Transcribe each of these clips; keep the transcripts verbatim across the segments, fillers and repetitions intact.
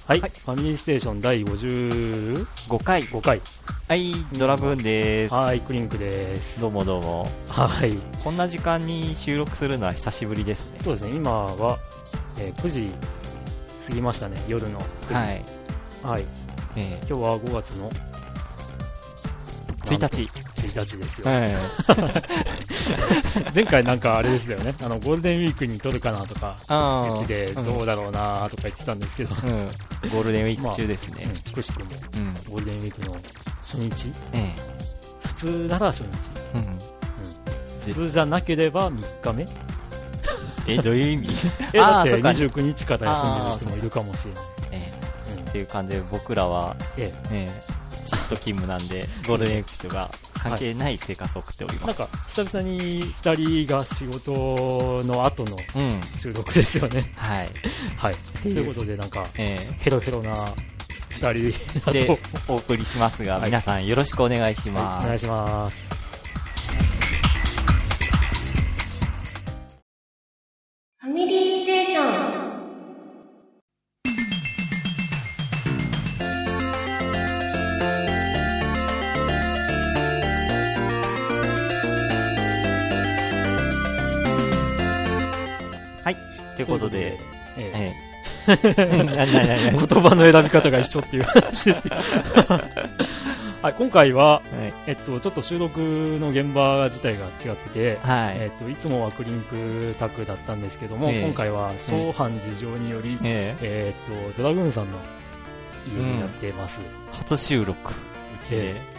はい、はい、ファミリーステーションだいごじゅうごかいごかいはい、ドラブーンです。 はい、クリンクです。 どうもどうも。 はい、 こんな時間に収録するのは久しぶりですね。 そうですね、今は、えー、くじ過ぎましたね、夜のくじ。はい、はい、えー、今日はごがつのついたちついたちですよ、はい、前回なんかあれですよね、あのゴールデンウィークに撮るかなとか言ってて、どうだろうなとか言ってたんですけど、うん、 ゴールデンウィーク中ですね、 まあうん、くしくも、うん、ゴールデンウィークの初日、ええ、普通なら初日、うんうん、普通じゃなければみっかめえ、どういう意味え、だってにじゅうくにちから休んでる人もいるかもしれない、 ええうん、っていう感じで僕らは、ええええシフト勤務なんでゴールデンウィークとか関係ない生活を送っております、 はい、なんか久々にふたりが仕事の後の収録ですよね、うん、はい、はい、ということでなんか、えー、ヘロヘロなふたりでお送りしますが、はい、皆さんよろしくお願いします、はい、 お願いします。 ファミリーステーション。 はい、ということで、えええ、言葉の選び方が一緒っていう話ですよ。はい、今回は、はい、えっと、ちょっと収録の現場自体が違ってて、はい、えっと、いつもはクリンクタクだったんですけども、えー、今回は諸般事情により、えーえー、っと、ドラグーンさんの家になってます。 うん、初収録、うちで。いやー、ね、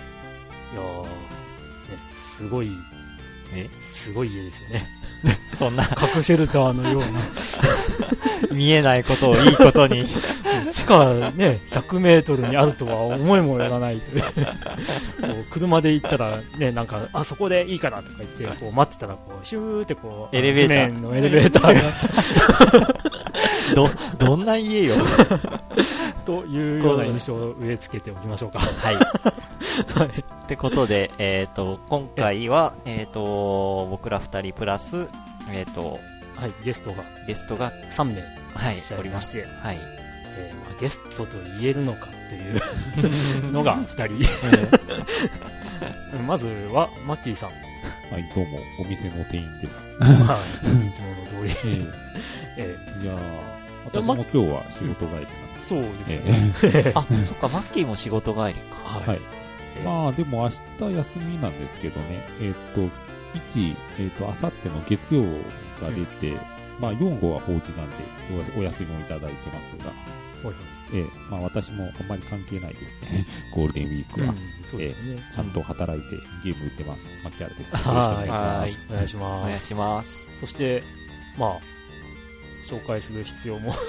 すごい、えすごい家ですよね。 そんな核シェルターのような見えないことをいいことに地下ねひゃくメートルにあるとは思いもよらないというこう車で行ったらねなんかあそこでいいかなとか言ってこう待ってたらこうヒューってこうエレベーター地面のエレベーターがどどんな家よというような印象を植え付けておきましょうか。 はい。はい。ってことで、えっ、ー、と、今回は、えっ、ー、と、僕ら二人プラス、えっ、ー、と、 はい、ゲストが、 ゲストがさんめい、 はい、 おりまして、 はい。 えーまあ、ゲストと言えるのかというのがふたり。まずは、マッキーさん。 はい、どうも、お店の店員です。 はい、いつもの通り。 えー、いやー、私も今日は仕事帰りなんです。 そうですね。 あ、そっか、マッキーも仕事帰りか。 はい。まあ、でも明日休みなんですけどね、えっと、いち、えっと、あさっての月曜が出て、まあ、よん号は法事なんでお、お休みをいただいてますが、ええ、まあ、私もあんまり関係ないですね。ゴールデンウィークは。そうですね。ちゃんと働いてゲーム売ってます。マキアラです。よろしくお願いします。 お願いします。 お願いします。 そして、まあ、紹介する必要も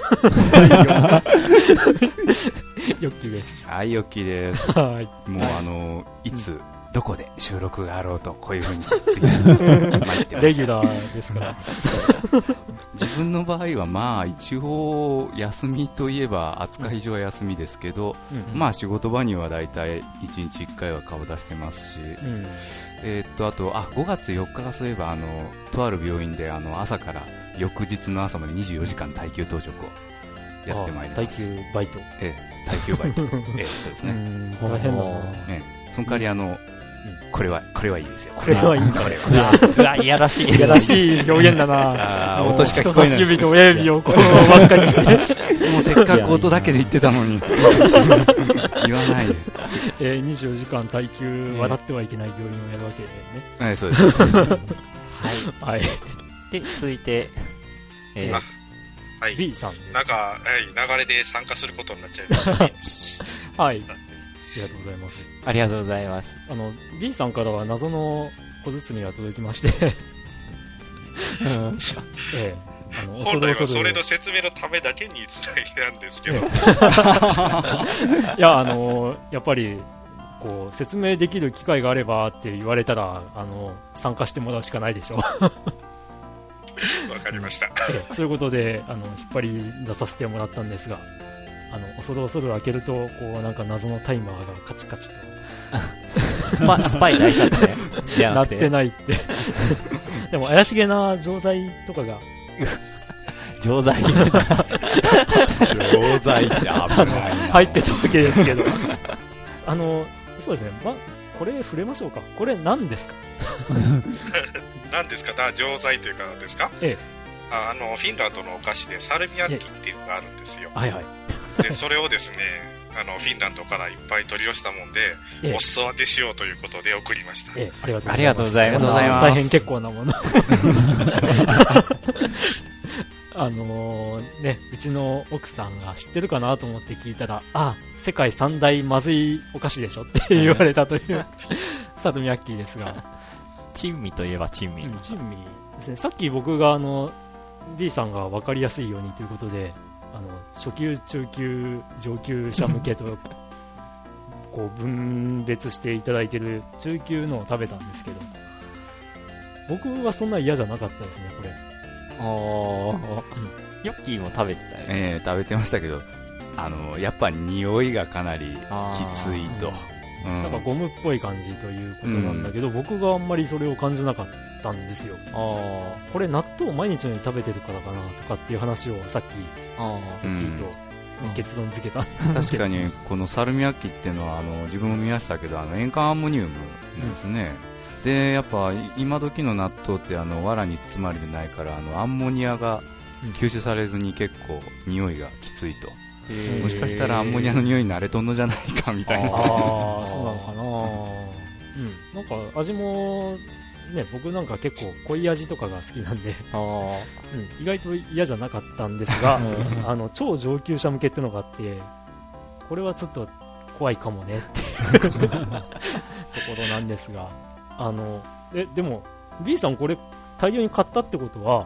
ヨッキーです。 はい、ヨッキーです。はい。もうあのいつ、うん、どこで収録があろうとこういう風に次に参ってます。 レギュラーですから。 自分の場合はまあ一応休みといえば扱い上は休みですけど、うん、まあ仕事場にはだいたいいちにちいっかいは顔出してますし、うん、えー、っとあとあごがつよっかがそういえばあのとある病院であの朝から翌日の朝までにじゅうよじかん耐久当直をやってまいります。 耐久バイト。 ええ、耐久バイト。ええ、そうですね。 大変だな。 ええ、その代わりあの、うん、これはこれはいいですよ。 これはいい。これは。うわ、いやらしい。 いやらしい表現だな。 あ、音しか聞こえない。 人差し指と親指をこの輪っかにして。 もうせっかく音だけで言ってたのに。言わないで。 えー、にじゅうよじかん耐久、笑ってはいけない病院をやるわけでね。 はい、そうです。はい。 はい。 で、続いて、 えー、はい、 B さんです。 なんか、はい、流れで参加することになっちゃいました。 はい。ありがとうございます。 ありがとうございます。 あの、B さんからは謎の小包が届きまして、うん、ええ、あの、 本来はそれの説明のためだけにつなぎなんですけど。 いや、あの、やっぱり、こう、説明できる機会があればって言われたら、あの、参加してもらうしかないでしょ。 わかりました、 ええ、そういうことであの引っ張り出させてもらったんですが、あの恐る恐る開けるとこうなんか謎のタイマーがカチカチとスパスパイ大作戦じゃなってないってでも怪しげな錠剤とかが錠剤錠剤って危ないな。 入ってたわけですけど。あの、そうですね。ま、これ触れましょうか。これ何ですか？ 何ですか？だ錠剤というかですか？ええ。あ、あの、フィンランドのお菓子でサルミアッキっていうのがあるんですよ。 はいはい。 で、それをですね、あの、フィンランドからいっぱい取り寄せたもんで、ええ、お裾分けしようということで送りました。 ええ、ありがとうございます。大変結構なもの。あのー、ね、うちの奥さんが知ってるかなと思って聞いたら、あ、世界三大まずいお菓子でしょって言われたというサルミアッキーですが。 珍味といえば珍味。 うん、珍味ですね。さっき僕があの、D さんが分かりやすいようにということで、あの、初級、中級、上級者向けと、こう分別していただいている中級のを食べたんですけど、僕はそんな嫌じゃなかったですね、これ。 あー、うん、ヨッキーも食べてたよね。 ええー、食べてましたけど、あのやっぱ匂いがかなりきついと、 うん、なんかゴムっぽい感じということなんだけど、うん、僕があんまりそれを感じなかったんですよ。あ、これ納豆を毎日のように食べてるからかなとかっていう話をさっきヨッキーと結論付けた、 うん、確かにこのサルミアッキっていうのはあの自分も見ましたけど、あの塩化アンモニウムですね、うん、でやっぱ今時の納豆ってあの藁に包まれてないから、あのアンモニアが吸収されずに結構匂いがきついと、もしかしたらアンモニアの匂いに慣れとんのじゃないかみたいな。 ああ、そうなのかな。うん、なんか味もね、僕なんか結構濃い味とかが好きなんで、あ、うん、意外と嫌じゃなかったんですが、あの超上級者向けってのがあって、これはちょっと怖いかもねっていうところなんですが、あのえでも B さんこれ大量に買ったってことは、はい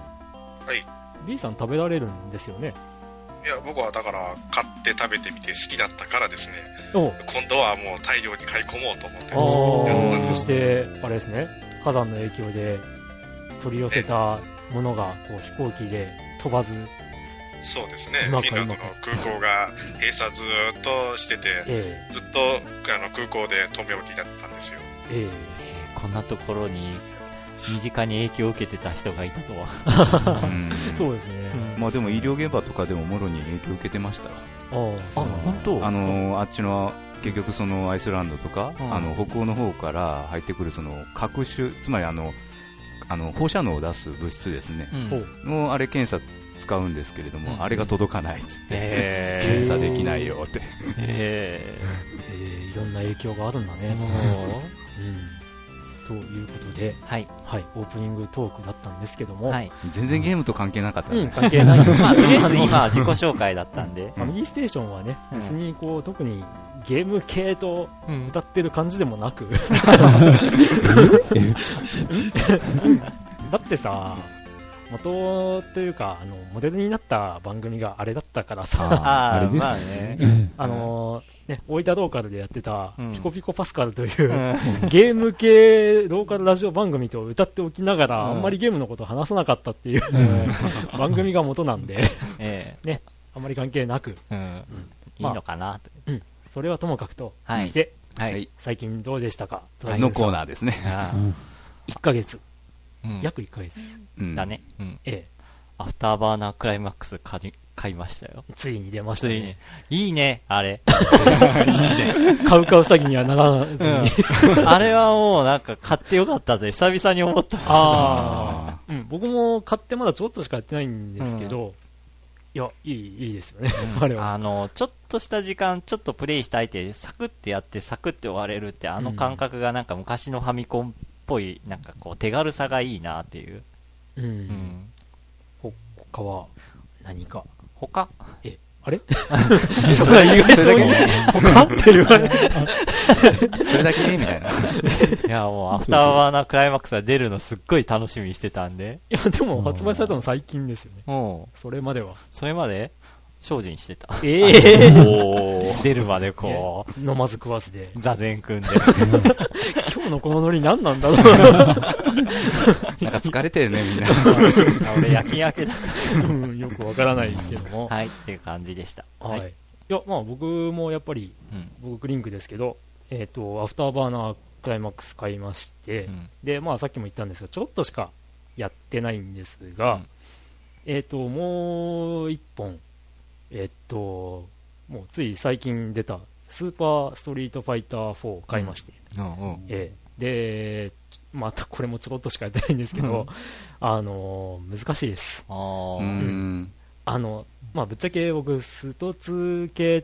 、B さん食べられるんですよね？ いや、僕はだから買って食べてみて好きだったからですね、今度はもう大量に買い込もうと思ってます。 そしてあれですね、火山の影響で取り寄せたものがこう飛行機で飛ばず、 そうですね、フィンランドの空港が閉鎖ずっとしてて、えー、ずっとあの空港で止め置きだったんですよ。 えー、こんなところに身近に影響を受けてた人がいたとは。 うん、そうですね、 うん、まあでも医療現場とかでももろに影響を受けてましたよ。 ああ、本当。 あのあっちの結局そのアイスランドとか、うん、あの北欧の方から入ってくるその各種、つまりあのあの放射能を出す物質ですね、うん、のあれ検査使うんですけれども、うん、あれが届かないっつって、えー、検査できないよって、 えーえー、いろんな影響があるんだね。うん、ということで、はいはい、オープニングトークだったんですけども、はい、 全然ゲームと関係なかったね、 うん、関係ない。 まあとりあえず今は自己紹介だったんで、 ファミリーステーションはね、うん、別にこう特にゲーム系と歌ってる感じでもなく、うん、だってさ、元というかあのモデルになった番組があれだったからさ、 ああれです、まあね、 あのー、ね、大分ローカルでやってたピコピコパスカルという、うん、ゲーム系ローカルラジオ番組と歌っておきながら、うん、あんまりゲームのことを話さなかったっていう、うん、番組が元なんで、えーね、あんまり関係なく、 うんうん、まあ、いいのかなと、 うん、それはともかくとして、はいはい、最近どうでしたか、 のコーナーですね。 いっかげつ、うん、約いっかげつ、 うん、だね、うん、 ええ、 アフターバーナークライマックス買い、買いましたよ。 ついに出ましたね。 いいね、あれ。 いいね。買うかうさぎにはならずに、 うん、あれはもうなんか買ってよかったで久々に思った。 ああ、うん、僕も買ってまだちょっとしかやってないんですけど、うん、いや、いい、いいですよね。うん、あれは。 あの、ちょっとした時間、ちょっとプレイしたいて、サクってやって、サクって終われるって、あの感覚がなんか昔のファミコンっぽい、なんかこう、手軽さがいいなっていう。うん。うん、 ほ、他は何か。 他え、あれそれは意外そういう、他って言われそれだけみたいな。いや、もう、アフターバーナークライマックスが出るのすっごい楽しみにしてたんで。 いや、でも発売されたの最近ですよね。うん。それまでは。 それまで精進してた。 ええー、出るまでこう。飲まず食わずで。 座禅組んで。 今日のこのノリ何なんだろう。 なんか疲れてるね、みんな。 俺夜勤明けだから。うん、よくわからないけども。 はい、っていう感じでした。 はい。はい、いや、まあ僕もやっぱり、うん、僕リンクですけど、えっと、アフターバーナークライマックス買いまして、うん、で、まあさっきも言ったんですが、ちょっとしかやってないんですが、うん、えっと、もう一本、 えっともうつい最近出たスーパーストリートファイターフォーを買いまして、うんうん、えー、でまたこれもちょろっとしかやってないんですけど、うん、あの難しいです。あ、うん、あのまあ、ぶっちゃけ僕ストツー系って、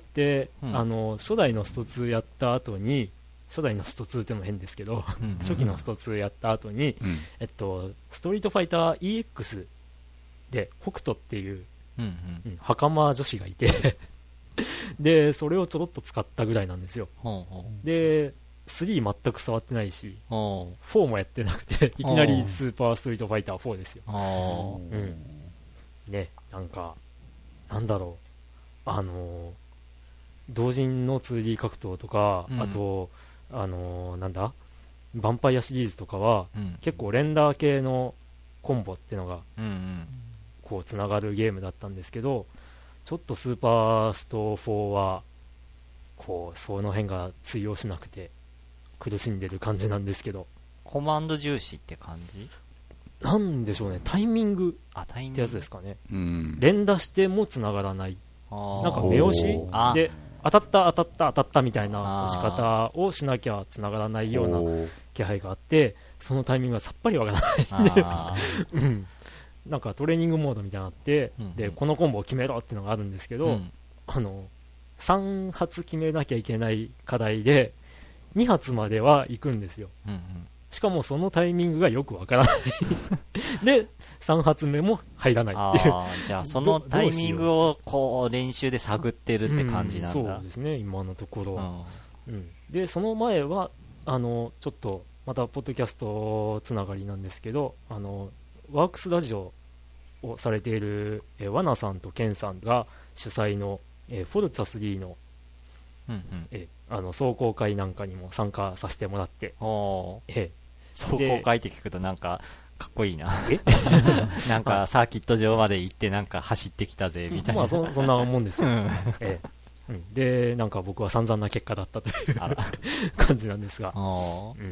うん、あの初代のストツーやった後に初代のストツーってのも変ですけど、うん、初期のストツーやった後に、うん、えっと、ストリートファイター イーエックス で北斗っていう、うんうん、袴女子がいてでそれをちょろっと使ったぐらいなんですよ、うんうん、でスリー全く触ってないし、うん、フォーもやってなくていきなりスーパーストリートファイターフォーですよ、うん、ね、なんかなんだろう、あのー、同人の ツーディー 格闘とか、うん、あとあのー、なんだヴァンパイアシリーズとかは、うん、結構レンダー系のコンボっていうのが、うんうん、こうつながるゲームだったんですけど、ちょっとスーパーストフォーはこうその辺が通用しなくて苦しんでる感じなんですけど、 コマンド重視って感じなんでしょうね、タイミングってやつですかね、うん、連打してもつながらない、なんか目押しで当たった当たった当たったみたいな押し方をしなきゃつながらないような気配があって、そのタイミングがさっぱりわからないんで、うん、なんかトレーニングモードみたいなのがあって、うんうん、でこのコンボを決めろっていうのがあるんですけど、うん、あのさん発決めなきゃいけない課題でに発までは行くんですよ、うんうん、しかもそのタイミングがよくわからないでさん発目も入らないっていう。 あじゃあそのタイミングをこう練習で探ってるって感じなんだ、 うん、そうですね今のところ、うんうん、でその前はあのちょっとまたポッドキャストつながりなんですけど、あのワークスラジオをされているえワナさんとケンさんが主催のえフォルツァスリーの、うんうん、えあの壮行会なんかにも参加させてもらって、 え壮行会って聞くとなんかかっこいいななんかサーキット場まで行ってなんか走ってきたぜみたいな、 まあ そ, そんなもんですよ、ええうん、でなんか僕は散々な結果だったという感じなんですが、うん、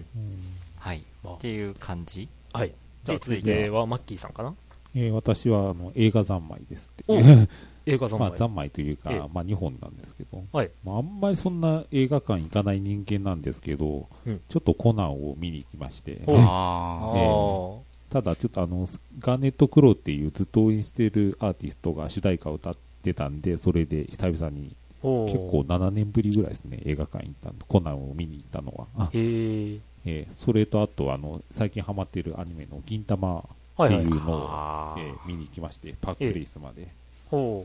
はい、まあ、っていう感じ。 はい、じゃあ続いてはマッキーさんかな。 えー、私はあの映画三昧ですっていう映画三昧、 まあ、三昧というか、 えーまあ、にほんなんですけど、 はい、 まあ、あんまりそんな映画館行かない人間なんですけど、うん、ちょっとコナンを見に行きまして、あ、えー、ただちょっとあのガーネット・クロウっていうずっと応援しているアーティストが主題歌を歌ってたんで、それで久々に結構ななねんぶりぐらいですね、映画館行ったの、コナンを見に行ったのは。へー、えー、それとあとあの最近ハマっているアニメの銀魂っていうのを、はいはいえー、見に行きまして、パークプレイスまで、えー、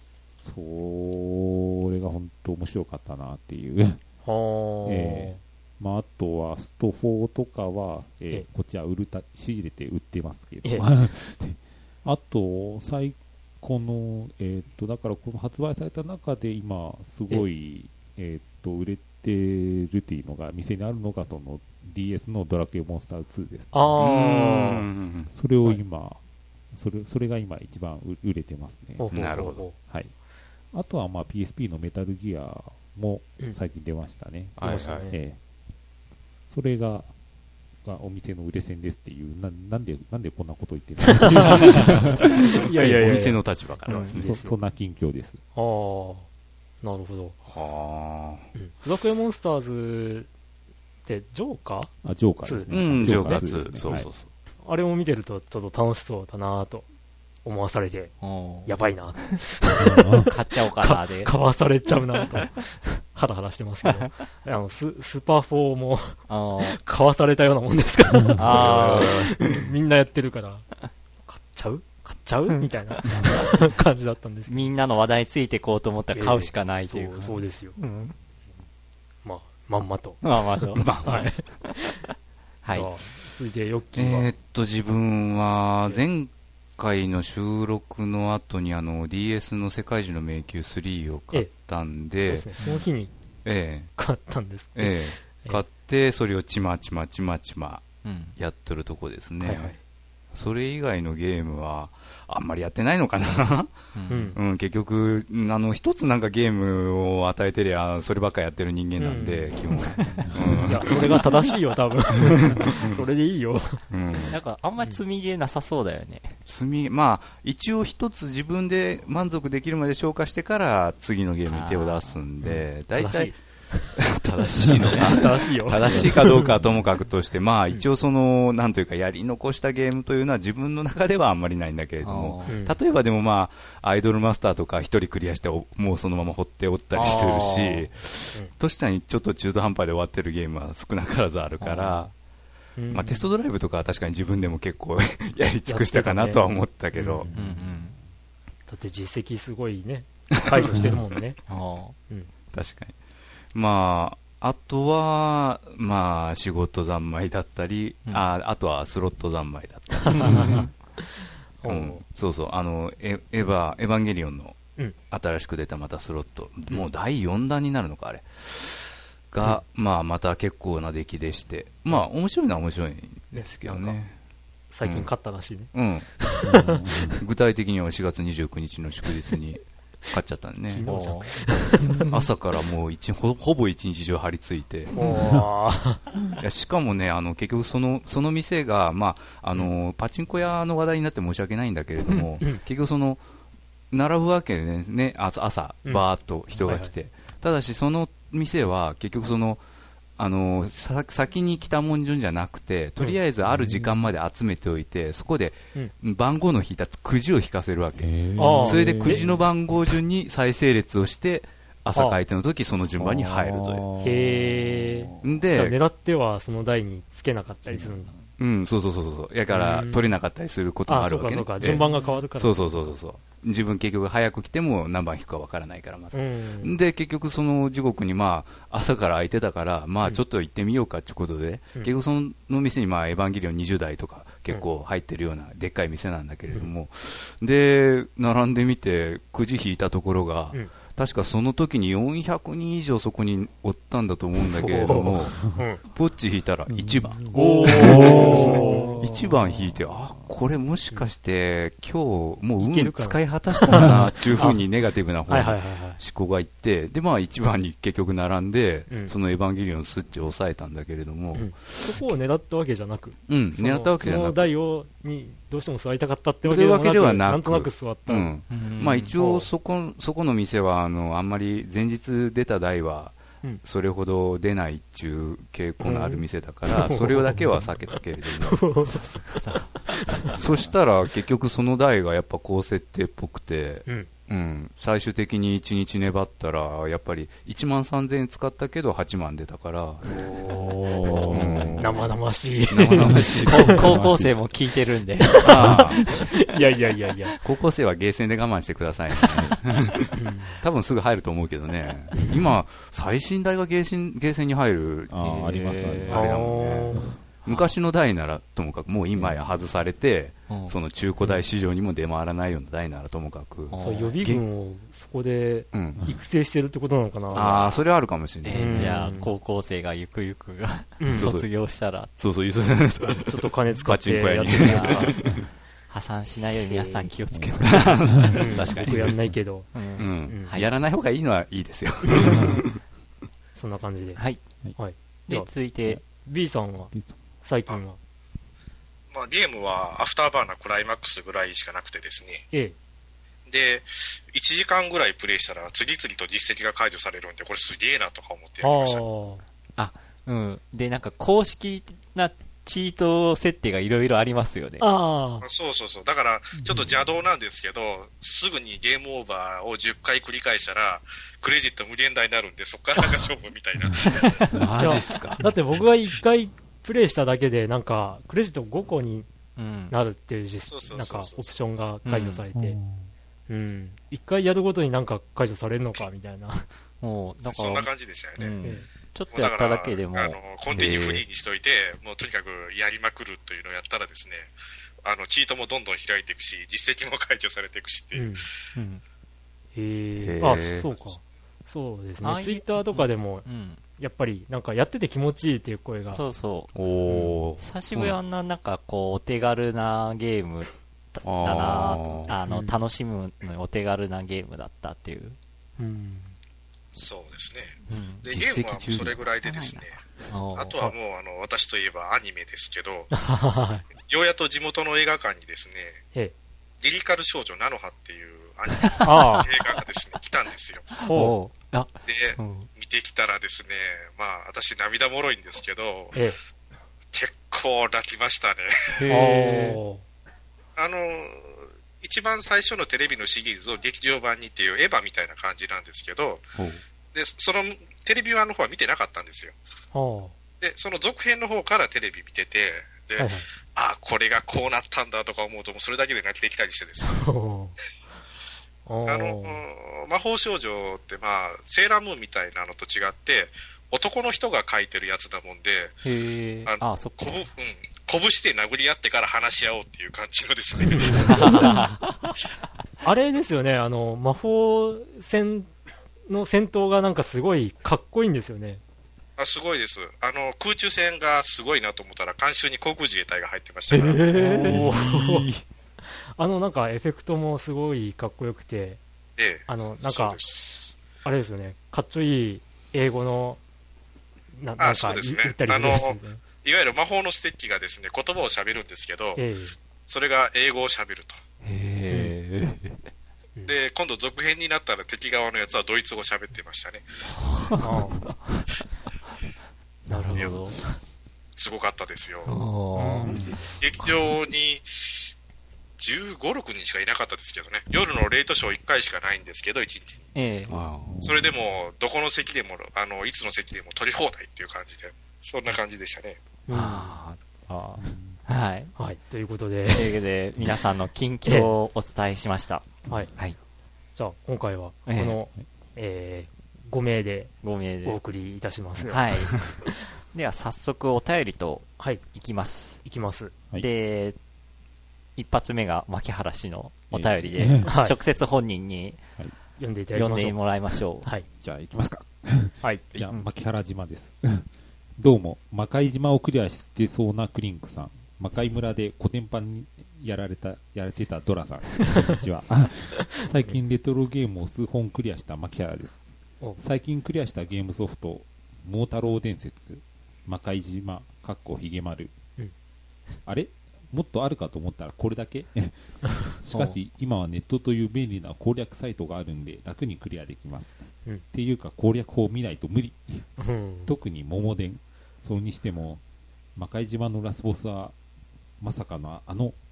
それが本当面白かったなっていう、えーまあ、あとはストフォーとかは、えー、こっちは売るた仕入れて売ってますけど、あと最この、えー、とだからこの発売された中で今すごい、えー、と売れてるっていうのが店にあるのがその ディーエス のドラクエモンスターツーです、ね、あそれを今、はい、それそれが今一番売れてますね。 なるほど、 はい、あとはまあ ピーエスピー のメタルギアも最近出ましたね、 うん、出ましたね、 えー、それががお店の売れ線ですっていう な, なんでなんでこんなこと言ってるのいやいやいやお店の立場からですね、 うん、そ, そんな近況です。 ああなるほど。はあ、うん、ドラクエモンスターズってジョーカーあジョーカーですね、 うん、ジョーカーツー、そうそうそう、 あれを見てるとちょっと楽しそうだなと思わされて、やばいな買っちゃおうかなで買わされちゃうなとハラハラしてますけどあの ス, スーパーフォーも買わされたようなもんですからあみんなやってるから買っちゃう買っちゃうみたいな感じだったんですけど、 みんなの話題ついていこうと思ったら買うしかないというか、 えー、そう、そうですよ、うん、まあまんまとまあまあとはい、はい、続いてヨッキーはえー、っと自分は前回の収録の後にあの ディーエス の世界中の迷宮スリーを買ったんで、 ええ、そうですね、その日に買ったんですって、 ええ、買ってそれをちまちまちまちまやっとるとこですね、うんはいはい、 それ以外のゲームはあんまりやってないのかな、うんうん、結局あの一つなんかゲームを与えてりゃそればっかやってる人間なんで、うん、基本、 うん、いやそれが正しいよ多分それでいいよ、 うん、なんかあんまり積みゲーなさそうだよね。 積みまあ一応一つ自分で満足できるまで消化してから次のゲームに手を出すんで、だいたい正しいのか正しいよ正しいかどうかはともかくとして、まあ一応その、なんというかやり残したゲームというのは自分の中ではあんまりないんだけれども、例えばでもまあ、アイドルマスターとか一人クリアしてもうそのまま放っておったりしてるし、としたにちょっと中途半端で終わってるゲームは少なからずあるから、まあテストドライブとかは確かに自分でも結構やり尽くしたかなとは思ったけど。 だって実績すごいね、解除してるもんね。 確かに。まあ、あとは、まあ、仕事三昧だったり、うん、あ, あとはスロット三昧だったり、うん、そうそう、あのエエヴァ、エヴァンゲリオンの新しく出たまたスロット、うん、もうだいよんだんになるのか、あれが、うん、まあ、また結構な出来でして、まあ、面白いのは面白いんですけどね。 最近勝ったらしいね。 うん。うん、具体的にはしがつにじゅうくにちの祝日に、勝っちゃったんね。朝からもう一 ほ, ほぼ一日中張り付いていやしかもねあの結局そのその店が、まああのうん、パチンコ屋の話題になって申し訳ないんだけれども、うんうん、結局その並ぶわけで ね, ね朝バーっと人が来て、うんはいはい、ただしその店は結局そのあの先に来たもん順じゃなくてとりあえずある時間まで集めておいて、うん、そこで番号の引いたくじを引かせるわけ、それでくじの番号順に再整列をして朝開店の時その順番に入るという。 へー。でじゃあ狙ってはその台につけなかったりするんだ。 うん、そうそうそうそう。だから取れなかったりすることもあるわけね。 あ、そうかそうか。順番が変わるから。 そうそうそうそう。自分結局早く来ても何番引くかわからないからまず、うん、で結局その時刻にまあ朝から空いてたからまあちょっと行ってみようかということで、うん、結局その店にまあエヴァンゲリオンにじゅうだいとか結構入ってるようなでっかい店なんだけれども、うん、で並んでみてくじ引いたところが、うん確かその時によんひゃくにん以上そこにおったんだと思うんだけれども、ポッチ引いたらいちばん、おいちばん引いて、あこれもしかして今日もう運使い果たしたなっていうふうにネガティブな方に思考がいって、でまあいちばんに結局並んで、うん、そのエヴァンゲリオンのスイッチを押さえたんだけれども、うん、 そこを狙ったわけじゃなく、 うん、狙ったわけじゃなく、 その台をにどうしても座りたかったってわけではなく、はなくなんとなく座った、うんまあ、一応そこそこの店はあのあんまり前日出た台はそれほど出ないっていう傾向のある店だから、うん、それだけは避けたけれどもそしたら結局その台がやっぱ高設定っぽくて、うんうん、最終的にいちにち粘ったらやっぱりいちまんさんぜんえん使ったけどはちまん出たからお、うん、生々しい生々しい高校生も聞いてるんであいやいやいやいや高校生はゲーセンで我慢してくださいね多分すぐ入ると思うけどね今最新台がゲーセン、ゲーセンに入るあ, ありますねあれだもんね昔の台ならともかくもう今や外されて、うん、その中古台市場にも出回らないような台ならともかく、 うん、そう予備軍をそこで育成してるってことなのかな、うん、 ああそれはあるかもしれない、 えー、じゃあ高校生がゆくゆくが、うん、卒業したらそうそうちょっと金使ってやってみようか破産しないように皆さん気をつけましょう、うん、 確かに僕やんないけど、 うんうんはい、やらない方がいいのはいいですよそんな感じではい、はい、で続いて B さんは最近はまあ、ゲームはアフターバーナークライマックスぐらいしかなくてですね、ええ、でいちじかんぐらいプレイしたら次々と実績が解除されるんでこれすげえなとか思ってやりました。 あ、うん、でなんか公式なチート設定がいろいろありますよね。 あそうそうそう。だからちょっと邪道なんですけど、うん、すぐにゲームオーバーをじゅっかい繰り返したらクレジット無限大になるんでそこからが勝負みたいなマジっすか。 だって僕がいっかいプレイしただけでなんかクレジットごこになるっていうなんかオプションが解除されて、うんうん、いっかいやるごとになんか解除されるのかみたいなもうなんかそんな感じでしたよね、うん、 ちょっとやっただけでもあのコンティニューフリーにしといてもうとにかくやりまくるというのをやったらですねあのチートもどんどん開いていくし実績も解除されていくしっていう、うん、 へえあそうかそうですねツイッターとかでも、うんやっぱりなんかやってて気持ちいいっていう声が。 そうそう。おー。久しぶりあんななんかこうお手軽なゲームだな、あの、うん、楽しむのお手軽なゲームだったっていう。うん、 そうですね。うん、で、ゲームはそれぐらいでですね。あとはもうあの私といえばアニメですけど、ようやっと地元の映画館にですね、リリカル少女ナノハっていうアニメ映画がですね来たんですよ。で、うん、見てきたらですね、まあ私涙もろいんですけど、結構泣きましたね。あの一番最初のテレビのシリーズを劇場版にっていうエヴァみたいな感じなんですけど、でそのテレビ版の方は見てなかったんですよ。でその続編の方からテレビ見てて、で、はいはい、あこれがこうなったんだとか思うともうそれだけで泣けてきたりしてですねあの魔法少女ってまあセーラームーンみたいなのと違って男の人が書いてるやつだもんで、 へあのあそっか、 こぶ、うん、拳で殴り合ってから話し合おうっていう感じのですねあれですよね、あの魔法戦の戦闘がなんかすごいかっこいいんですよね。 あすごいです。あの空中戦がすごいなと思ったら監修に航空自衛隊が入ってましたから、 えー、あのなんかエフェクトもすごいかっこよくて、 ええ、 あのなんかあれですよね、かっちょいい英語のななんか言ったりするんですね。いわゆる魔法のステッキがですね言葉を喋るんですけど、えー、それが英語を喋ると。 へーで今度続編になったら敵側のやつはドイツ語喋ってましたね。 なるほど。 すごかったですよ。うん、劇場にじゅうご、ろくにんしかいなかったですけどね。夜のレイトショーいっかいしかないんですけどいちにちに、 ええ、 それでもどこの席でもあのいつの席でも取り放題っていう感じで、そんな感じでしたね。 うん、ああはい、 はい、ということでというわけで皆さんの近況をお伝えしました。 はい、はい、じゃあ今回はこの、えええーご名でお送りいたします。 はい。では早速お便りといきます。 はい、いきます。 で、一発目が牧原氏のお便りで、えー、直接本人に読んでいただきましょう。 読んでもらいましょう。 はい。 じゃあ行きますか。 はい。 じゃあ牧原島です。どうも魔界島をクリアしてそうなクリンクさん、魔界村でコテンパンにやられたやれてたドラさん、こんにちは。最近レトロゲームを数本クリアした牧原です。最近クリアしたゲームソフト桃太郎伝説、魔界島かっこひげ丸、うん、あれもっとあるかと思ったらこれだけしかし今はネットという便利な攻略サイトがあるんで楽にクリアできます、うん、っていうか攻略法を見ないと無理、うん、特に桃伝。それにしても魔界島のラスボスはまさかのあの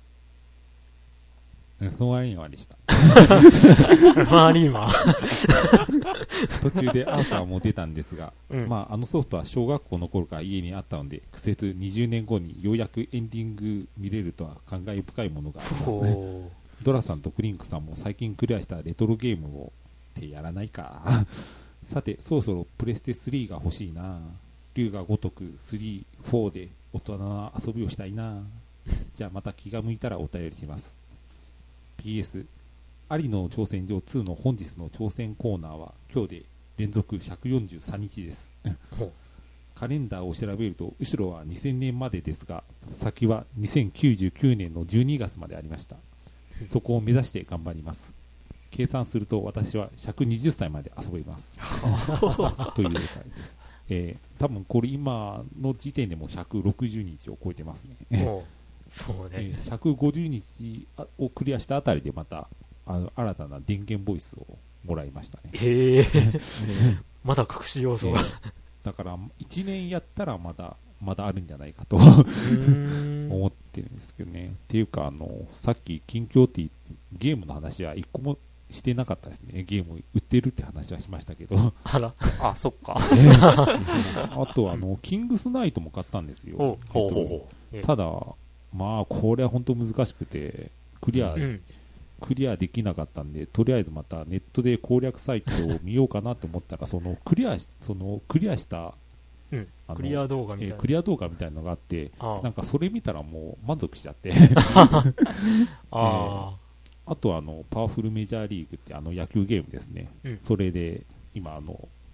フワリーマでした。 フワリーマ途中でアンサーも出たんですが、うん、まああのソフトは小学校の頃から家にあったので苦節にじゅうねんごにようやくエンディング見れるとは感慨深いものがありますね。ドラさんとクリンクさんも最近クリアしたレトロゲームをってやらないか。さてそろそろプレステスリーが欲しいな。龍が如くスリー、フォーで大人の遊びをしたいな。じゃあまた気が向いたらお便りします。ピーエス 有野の挑戦状ツーの本日の挑戦コーナーは今日で連続ひゃくよんじゅうさんにちです。カレンダーを調べると後ろはにせんねんまでですが先はにせんきゅうじゅうきゅうねんのじゅうにがつまでありました。そこを目指して頑張ります。計算すると私はひゃくにじゅっさいまで遊べますという理解です。えー、多分これ今の時点でもひゃくろくじゅうにちを超えてますね。 そうね、 えー、ひゃくごじゅうにちをクリアしたあたりでまたあの新たな電源ボイスをもらいましたね。 へえまだ隠し要素が、えー、 だからいちねんやったらまだまだあるんじゃないかと思ってるんですけどね。っていうかあのさっき近況ってゲームの話はいっこもしてなかったですね。ゲーム売ってるって話はしましたけどあらあそっか、 えー、あとあのキングスナイトも買ったんですよ。 ほうほうほう。ただまあこれは本当難しくてクリア、うん、クリアできなかったんでとりあえずまたネットで攻略サイトを見ようかなと思ったらそのクリアそのクリアした、 うん、あのクリア動画みたいな、 えー、クリア動画みたいなのがあってあなんかそれ見たらもう満足しちゃってあ、えー、あとあのパワフルメジャーリーグってあの野球ゲームですね、うん、それで今あの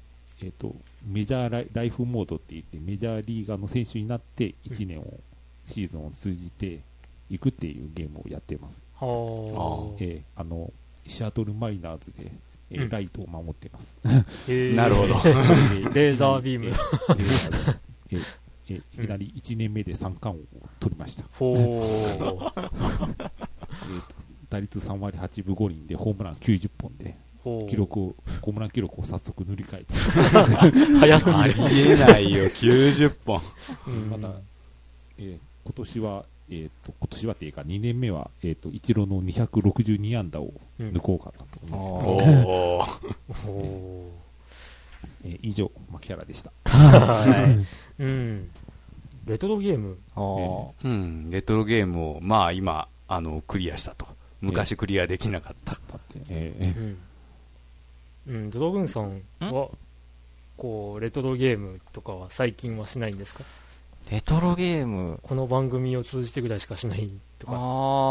えーと、メジャーライ、ライフモードって言ってメジャーリーガーの選手になっていちねんを、うん、シーズンを通じていくっていうゲームをやってます。はあ、えー、あのシアトルマリナーズで、えーうん、ライトを守ってます。 なるほど。 レーザービーム。 えーえいきなりいちねんめで三冠王を取りました。ほーえと打率さんわりはちぶごりんでホームランきゅうじゅっぽんで記録をホームラン記録を早速塗り替えて早すぎる。ありえないよきゅうじゅっぽん、 うん、また、えー、今年は、えー、と今年はっていうかにねんめは、えー、とイチローのにひゃくろくじゅうにあんだを抜こうかなと思って、うん、おおえー、以上マキャラでした。 はい、うん、レトロゲーム、 あ、うん、レトロゲームをまあ今あのクリアしたと。昔クリアできなかった、 えーえーうんうん、ドラグーンさんはこうレトロゲームとかは最近はしないんですか？ レトロゲームこの番組を通じてぐらいしかしないとか。ああ、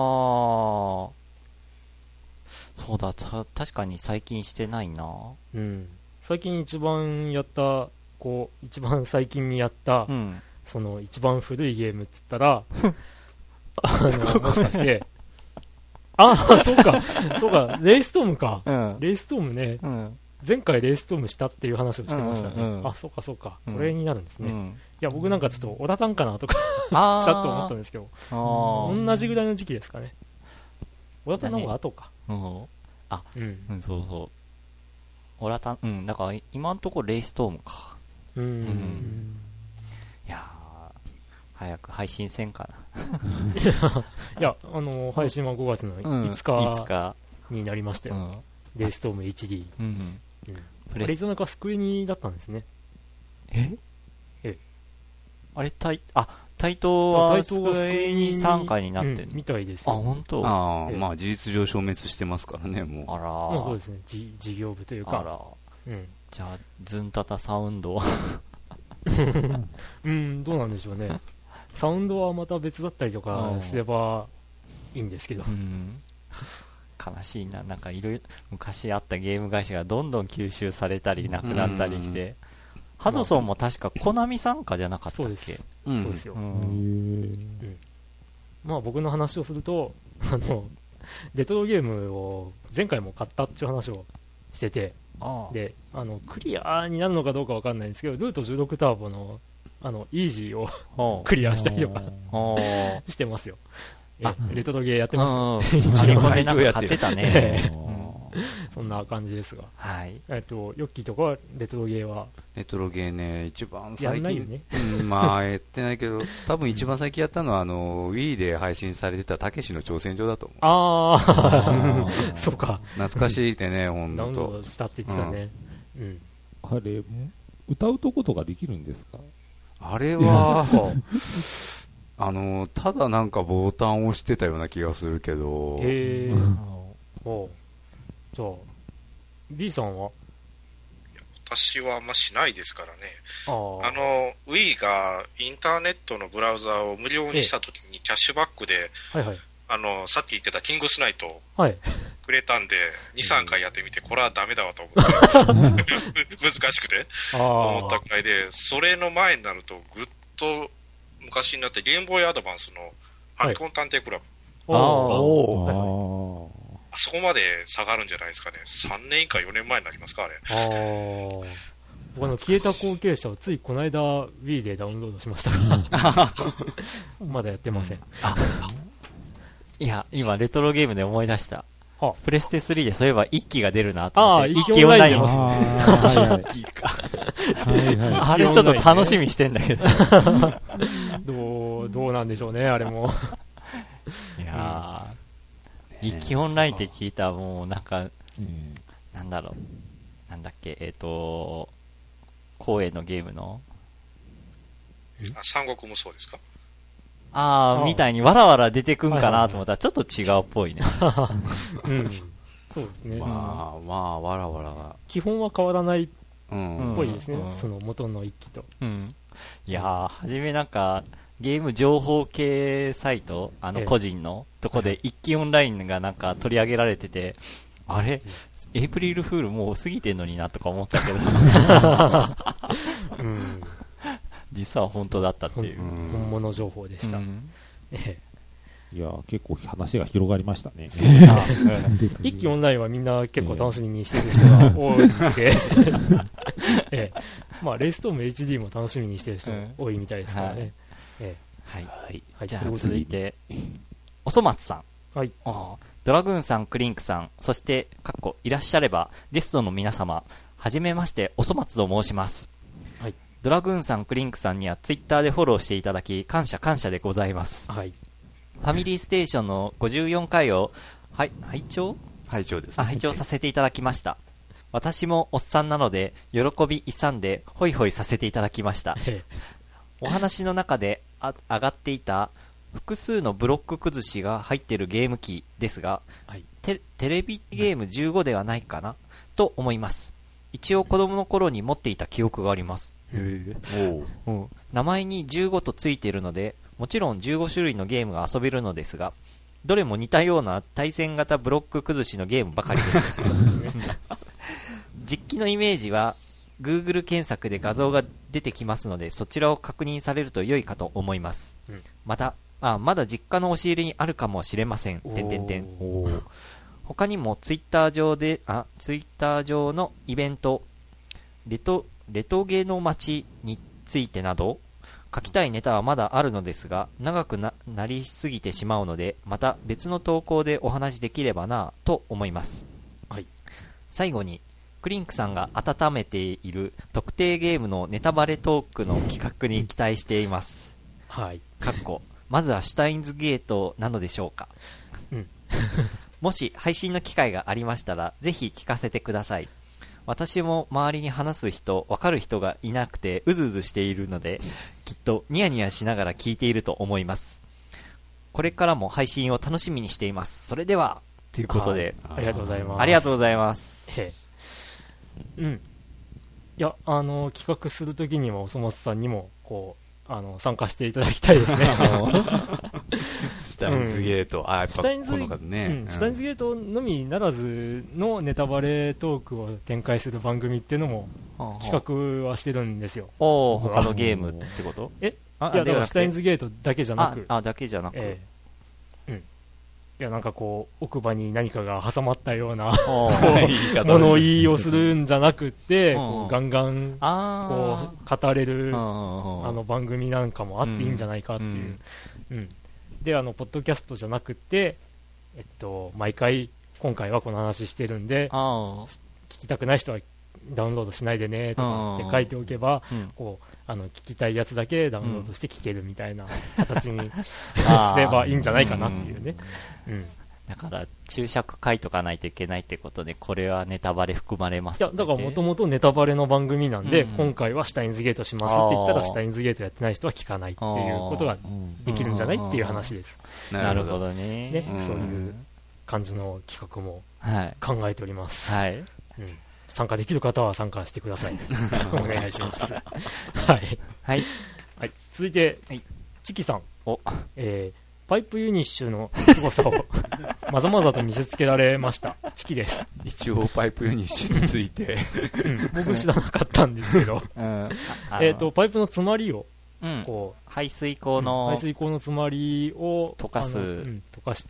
そうだ、た確かに最近してないな。 うん、最近一番やったこう一番最近にやった、うん、その一番古いゲームっつったらあのもしかしてああ、そうか、そうか、レイストームか、うん、レイストームね、うん、前回レイストームしたっていう話をしてましたね。うんうんうん、あ、そうかそうか、これになるんですね。うん、いや、僕なんかちょっとオラタンかなとかちゃっと思ったんですけど、同じぐらいの時期ですかね。オラタンの方が後か。 うん、あ、うん、うん、そうそう。オラタン、うん、だから今のところレイストームか。うん。うん、いやー、早く配信せんかな。 いや、あのー、配信はごがつのいつかになりましたよ。うん、レイストーム エイチディー。うんうん、あれいつの間にかスクエニだったんですね。 ええあれ、タイ、あ、タイトはスクエニ参加になってる、 うん、みたいですよ。 あ、本当。 ああ、まあ事実上消滅してますからね、もう。 あらまあそうですね、じ事業部というか。あら、 うん、じゃあ、ズンタタサウンドはうん、どうなんでしょうね。サウンドはまた別だったりとかすればいいんですけど、うん、 悲しいな。なんかいろいろ昔あったゲーム会社がどんどん吸収されたりなくなったりして、うん、ハドソンも確かコナミ参加じゃなかったっけ？そうです、 うん、そうですよ、うんうん、まあ僕の話をするとあのレトロゲームを前回も買ったっていう話をしてて、ああであのクリアになるのかどうかわかんないんですけど、ルートじゅうろくターボのあのイージーをクリアしたりとかしてますよ。えレトロゲーやってます一応ね、なんか買ってたね。 そんな感じですが、はい、えっとヨッキーとかはレトロゲーはレトロゲーね、一番最近やんないよね、うん、まあやってないけど多分一番最近やったのはあの Wii で配信されてたたけしの挑戦状だと思う。ああそうか、 懐かしいってね、ほんとダウンロードしたって言ってたね、うんうん、 あれ歌うとことかできるんですか？ あれはあのただなんかボタンを押してたような気がするけど。へえおじゃあ B さんは？ 私はあんましないですからね。あ, あの Wii がインターネットのブラウザを無料にしたときにキャッシュバックで、はいはい、あのさっき言ってたキングスナイトをくれたんで、はい、にさんかいやってみてこれはダメだわと思って難しくて思ったくらいで、それの前になるとぐっと昔になってゲームボーイアドバンスのファミコン探偵クラブ、はい、あおあそこまで下がるんじゃないですかね。さんねん以下よねんまえになりますか、あれ。あ僕の消えた後継者をついこの間 Wii でダウンロードしましたがまだやってません、うん、あいや今レトロゲームで思い出した。プレステスリーでそういえば一機が出るなと思って。ああ、一機オンライン出ますね。一機か。あれちょっと楽しみしてんだけどどうどうなんでしょうね、あれもいやー、一機オンラインって聞いたらもうなんか、うん、なんだろう、なんだっけ、えっ、ー、と光栄のゲームのあ三国もそうですか？ ああみたいにわらわら出てくんかなと思ったらちょっと違うっぽいね。 うん、そうですね。 まあまあわらわらが基本は変わらないっぽいですね、うん、その元の一機と、 うん、いやー、はじめなんかゲーム情報系サイト、あの個人のとこで一機オンラインがなんか取り上げられてて、あれエイプリルフールもう過ぎてんのになとか思ったけど、うん、実は本当だったっていう、 本物情報でした、うん、ええ、いや結構話が広がりましたね。 一期オンラインはみんな結構楽しみにしてる人が多いので、ええ、まあレイストーム エイチディー も楽しみにしてる人多いみたいですからね、うん、ええ、 はい、はいはい、じゃあ続いておそ松さん、はい、あドラグーンさん、クリンクさん、そして、かっこいらっしゃれば、ゲストの皆様、はじめまして、おそ松と申します。はい。ドラグーンさん、クリンクさんにはツイッターでフォローしていただき、感謝感謝でございます。はい。ファミリーステーションのごじゅうよんかいを、はい、拝聴拝聴です、 ね。あ、拝聴させていただきました。私もおっさんなので、喜び勇んで、ホイホイさせていただきました。お話の中であ上がっていた、複数のブロック崩しが入っているゲーム機ですが、はい、テ, テレビゲームじゅうごではないかな、と思います。一応子供の頃に持っていた記憶があります。へおう、うん、名前にじゅうごとついているので、もちろんじゅうご種類のゲームが遊べるのですが、どれも似たような対戦型ブロック崩しのゲームばかりです。そうですね。実機のイメージは Google 検索で画像が出てきますので、そちらを確認されると良いかと思います。うん、またあまだ実家の押し入れにあるかもしれません。てんてんてん。他にもツイッター上で、あ、ツイッター上のイベント、レト、レトゲの街についてなど、書きたいネタはまだあるのですが、長く な, なりすぎてしまうので、また別の投稿でお話できればなと思います。はい。最後に、クリンクさんが温めている特定ゲームのネタバレトークの企画に期待しています。はい。かっこまずはシュタインズゲートなのでしょうか、うん、もし配信の機会がありましたらぜひ聞かせてください。私も周りに話す人分かる人がいなくてうずうずしているので、きっとニヤニヤしながら聞いていると思います。これからも配信を楽しみにしています。それではということで、 ありがとうございます。 ありがとうございます。 へうん、いやあの企画するときにもおそ松さんにもこうあの参加していただきたいですね。 シュタインズゲート、うん、あやっぱこの方ね、 うん、シュタインズゲートのみならずのネタバレトークを展開する番組っていうのも企画はしてるんですよ。 お他のゲームってこと？ えあいやだからシュタインズゲートだけじゃなくああだけじゃなく、えー、うんいやなんかこう奥歯に何かが挟まったような物言いをするんじゃなくってこうガンガンこう語れるあの番組なんかもあっていいんじゃないかっていう、うんうん、であのポッドキャストじゃなくってえっと毎回今回はこの話してるんで聞きたくない人はダウンロードしないでねとかって書いておけばこうあの聞きたいやつだけダウンロードして聞けるみたいな形に、うん、すればいいんじゃないかなっていうね、うんうん、 だから注釈書いとかないといけないってことでこれはネタバレ含まれます、 ね、いやだからもともとネタバレの番組なんで、うん、今回はシュタインズゲートしますって言ったらシュタインズゲートやってない人は聞かないっていうことができるんじゃないっていう話です。 なるほど ね, ね、うん、そういう感じの企画も考えております、はい、うん参加できる方は参加してください。お願いします。はい。はい。はい。続いて、はい、チキさん。お、えー、パイプユニッシュの凄さをまざまざと見せつけられました。チキです。 一応パイプユニッシュについて、 うん、僕知らなかったんですけど、うん、えっと、パイプの詰まりを、 うん、こう、排水口の、 うん、排水口の詰まりを溶かす、うん、 溶かして、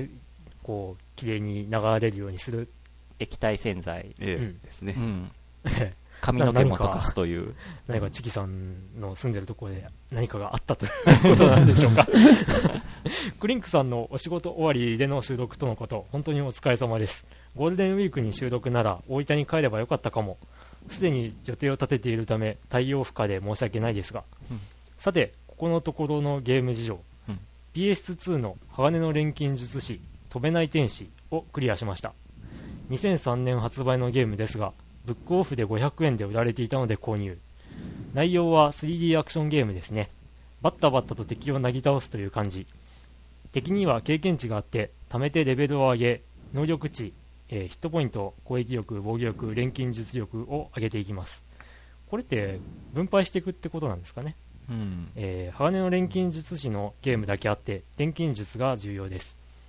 こう、きれいに流れるようにする。 液体洗剤、 ええうん、ですね、うん、 髪の毛も溶かすという何かチキさんの住んでるところで何かがあったということなんでしょうか。クリンクさんのお仕事終わりでの収録とのこと本当にお疲れ様です。ゴールデンウィークに収録なら大分に帰ればよかったかも。すでに予定を立てているため対応不可で申し訳ないですが、うん、さてここのところのゲーム事情、うん、ピーエスツー の鋼の錬金術師飛べない天使をクリアしました。にせんさんねん発売のゲームですがブックオフでごひゃくえんで売られていたので購入。内容は スリーディー アクションゲームですね。バッタバッタと敵をなぎ倒すという感じ。敵には経験値があって貯めてレベルを上げ能力値、えー、ヒットポイント、攻撃力、防御力、錬金術力を上げていきます。これって分配していくってことなんですかね。うんえー、鋼の錬金術師のゲームだけあって錬金術が重要です。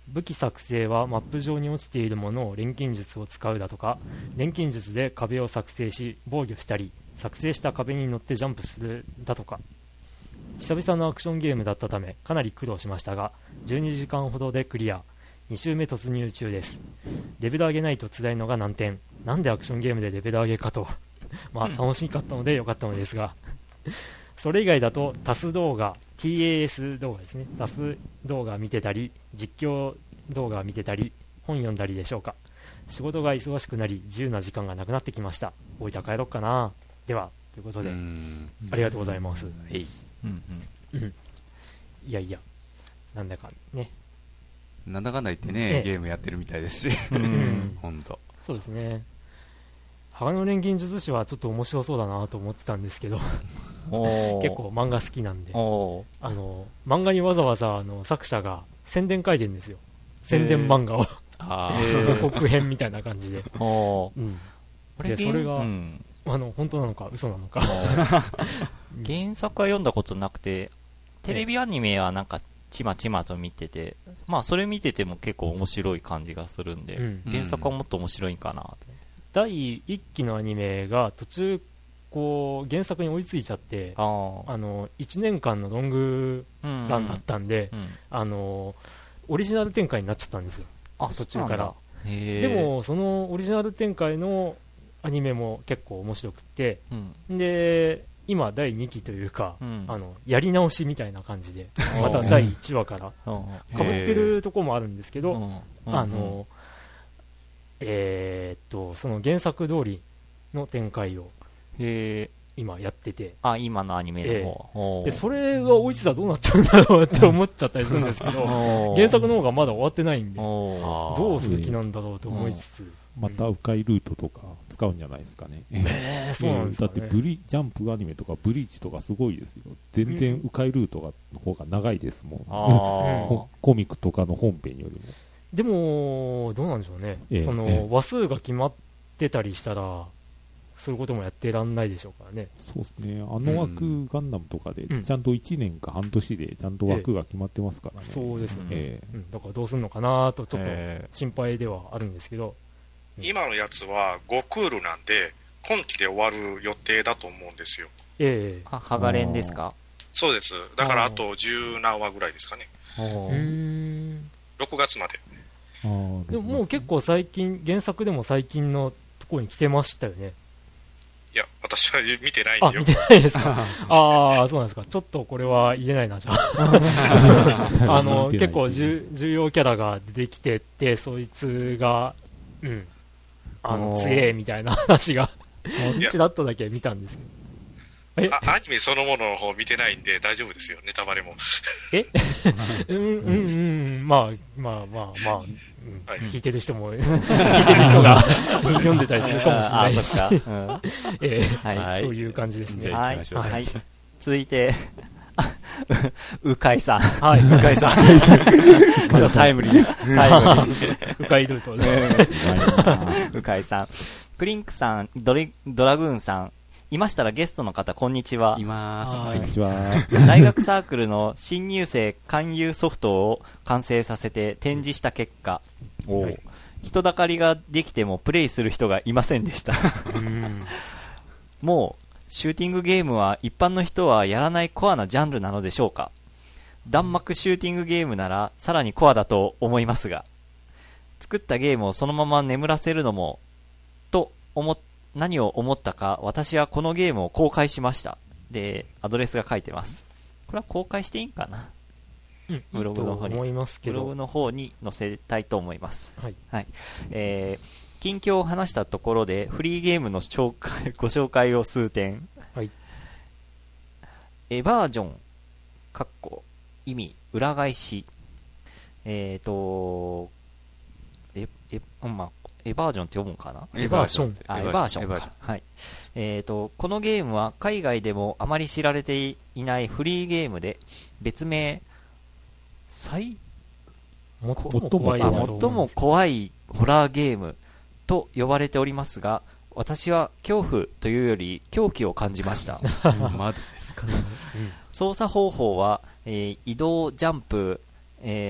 武器作成はマップ上に落ちているものを錬金術を使うだとか、錬金術で壁を作成し防御したり、作成した壁に乗ってジャンプするだとか。久々のアクションゲームだったためかなり苦労しましたが、じゅうにじかんほどでクリア。に週目突入中です。レベル上げないと辛いのが難点。なんでアクションゲームでレベル上げかとまあ楽しかったので良かったのですがそれ以外だとタス動画 ティーエーエス 動画ですね、タス動画見てたり、実況動画見てたり、本読んだりでしょうか。仕事が忙しくなり自由な時間がなくなってきました。大分帰ろっかな。ではということで、ありがとうございます。 えい、うんうんうん、 いやいや、なんだかね、 なんだかんだ言ってね、ゲームやってるみたいですし、本当。 そうですね。鋼の錬金術師はちょっと面白そうだなと思ってたんですけど結構漫画好きなんで、あの漫画にわざわざあの作者が宣伝書いてるんですよ。宣伝漫画を予告編みたいな感じで、うん、でそれが、うん、あの本当なのか嘘なのか原作は読んだことなくて、テレビアニメはなんかちまちまと見てて、まあそれ見てても結構面白い感じがするんで、うん、原作はもっと面白いんかなと。 だいいっきのアニメが途中こう原作に追いついちゃって、ああのいちねんかんのロングランだったんで、うんうん、あのオリジナル展開になっちゃったんですよ、途中から。でもそのオリジナル展開のアニメも結構面白くて、うん、で今だいにきというか、うん、あのやり直しみたいな感じでまただいいちわからかぶってるところもあるんですけど、あのえー、っとその原作通りの展開を今やってて、 あ、今のアニメの方、 えー、でそれが追いついたらどうなっちゃうんだろうって思っちゃったりするんですけど原作の方がまだ終わってないんでどうする気なんだろうと思いつつ、 また迂回ルートとか使うんじゃないですかね。 えー、そうなんですかね。 だってブリジャンプアニメとかブリーチとかすごいですよ。全然迂回ルートがの方が長いですもん、あコミックとかの本編よりも。 でもどうなんでしょうね、えー、その話数が決まってたりしたらそういうこともやってらんないでしょうからね。 そうですね。あの枠、うん、ガンダムとかでちゃんといちねんか半年でちゃんと枠が決まってますからね。 えー、そうですよね、えーうん、だからどうするのかなとちょっと心配ではあるんですけど、 えー、今のやつはごクールなんで今期で終わる予定だと思うんですよ。 ええー、ハガレンですか？ そうです。だからあと十何話ぐらいですかね。ろくがつまで。 でももう結構最近原作でも最近のところに来てましたよね。 いや私は見てないんよ。 あ、見てないですか。ああ、そうなんですか。ちょっとこれは言えないな、じゃああの結構重要キャラが出てきてってそいつがうんあの強えみたいな話がちらっとだけ見たんですけど、 あアニメそのものの方見てないんで大丈夫ですよ、ネタバレも。 えうんうんうん、まあまあまあまあ、うんはい、聞いてる人も聞いてる人が読んでたりするかもしれないし、ああ、そっか、うん、えーはい、という感じですね。 じゃあ行きましょう。はい、はい、続いてうかいさん、 はい、うかいさんちょっとタイムリータイムリーうかいルートねうかいさん、クリンクさん、ドリドラグーンさん、いましたらゲストの方、こんにちは。 いまーす。 こんにちは。 大学サークルの新入生勧誘ソフトを完成させて展示した結果、おはい、人だかりができてもプレイする人がいませんでしたうんもうシューティングゲームは一般の人はやらないコアなジャンルなのでしょうか。弾幕シューティングゲームならさらにコアだと思いますが、作ったゲームをそのまま眠らせるのもと思って何を思ったか、私はこのゲームを公開しました。で、アドレスが書いてます。これは公開していいんかな、 うん、ブログの方に思いますけど、 ブログの方に載せたいと思います。 はい。 はい。えー、近況を話したところで、フリーゲームの紹介ご紹介を数点。 はい。 エバージョン、かっこ、意味、裏返し。えーと、え、え、まあ、エバージョンって読むんかな。 エバーション。 あ、エバーションか。はい。えっと、このゲームは海外でもあまり知られていないフリーゲームで、別名、最、 最も怖い、 最も怖いホラーゲームと呼ばれておりますが、私は恐怖というより狂気を感じました。 まだですか。 操作方法は、えー、移動、ジャンプ、えー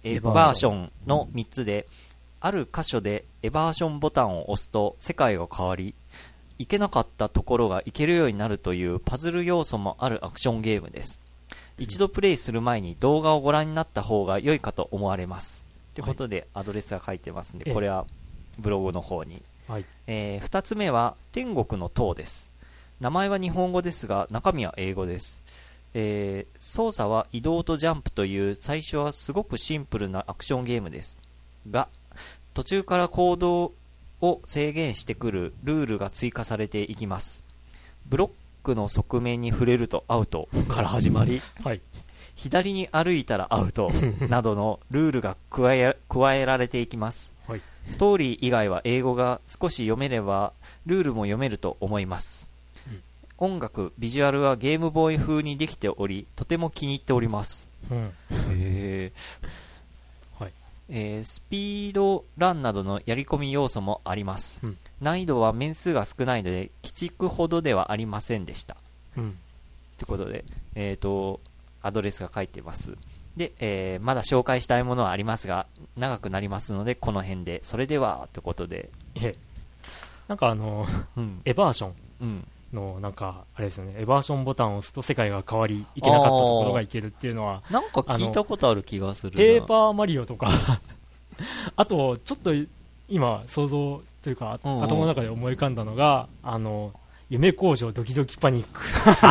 エバーションのみっつで、ある箇所でエバーションボタンを押すと世界が変わり、行けなかったところが行けるようになるというパズル要素もあるアクションゲームです。一度プレイする前に動画をご覧になった方が良いかと思われます。ということでアドレスが書いてますんで、これはブログの方に。はい、えー、ふたつめは天国の塔です。名前は日本語ですが中身は英語です。えー、操作は移動とジャンプという最初はすごくシンプルなアクションゲームですが、途中から行動を制限してくるルールが追加されていきます。ブロックの側面に触れるとアウトから始まり、はい、左に歩いたらアウトなどのルールが加え、加えられていきます。はい、ストーリー以外は英語が少し読めればルールも読めると思います。うん、音楽、ビジュアルはゲームボーイ風にできており、とても気に入っております。うん、へー、はい、えー、スピードランなどのやり込み要素もあります。うん、難易度は面数が少ないので鬼畜ほどではありませんでした。うん、ということで、えーと、アドレスが書いてます。で、えー、まだ紹介したいものはありますが長くなりますのでこの辺で、それではということで、 えなんかあの、うん、エバーションのなんかあれですよね、エバーションボタンを押すと世界が変わり、いけなかったところがいけるっていうのはなんか聞いたことある気がするな。 ペーパーマリオとかあとちょっと今想像というか、うんうん、頭の中で思い浮かんだのが、あの夢工場ドキドキパニック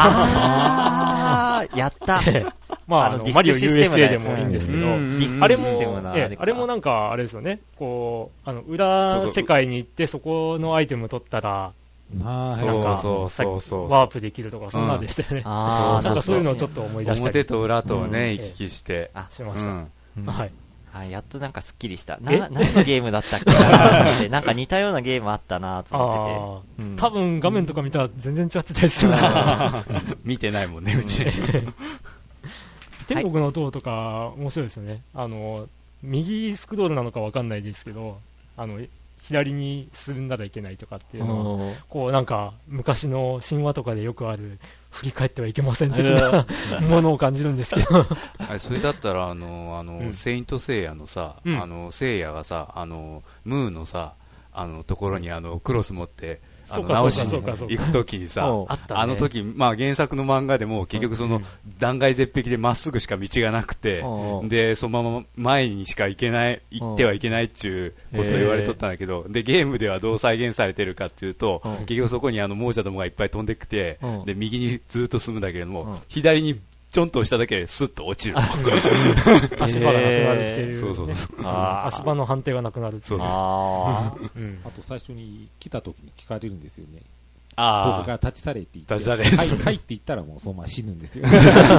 あーやったまあ、あのマリオ ユーエスエー でもいいんですけど、あれも、えあれもなんかあれですよね、こうあの裏世界に行ってそこのアイテム取ったらなんかワープできるとかそんなんでしたよね。あなんかそういうのをちょっと思い出したり、 表と裏とね、行き来してしました。はい。 あやっとなんかスッキリした。な何のゲームだったっけなってなんか似たようなゲームあったなと思ってて、 うん、多分画面とか見たら全然違ってたりするな見てないもんねうち天国の塔とか面白いですよね。あの右スクロールなのか分かんないですけど、あの左に進んだらいけないとかっていうのはこうなんか昔の神話とかでよくある振り返ってはいけません的なものを感じるんですけどそれだったらあのあの、うん、セイントセイヤのさ、うん、あのセイヤがさあのムーのさあのところにあのクロス持ってあの直しに行くときにさ、あの時、まあ原作の漫画でも結局その断崖絶壁でまっすぐしか道がなくて、で、そのまま前にしか行けない、行ってはいけないっていうことを言われとったんだけど、で、ゲームではどう再現されてるかっていうと、結局そこにあの亡者どもがいっぱい飛んできて、で、右にずっと進むんだけれども、左にちょんと押しただけでスッと落ちる足場がなくなるっていう、ね、そうそうそう足場の判定がなくなるっていう。 あ, うん、あと最初に来た時に聞かれるんですよね。あ僕が立ち去れって言って、立ち去れ、はい、はいって言ったらもうそのまま死ぬんですよ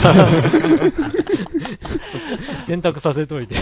選択させといて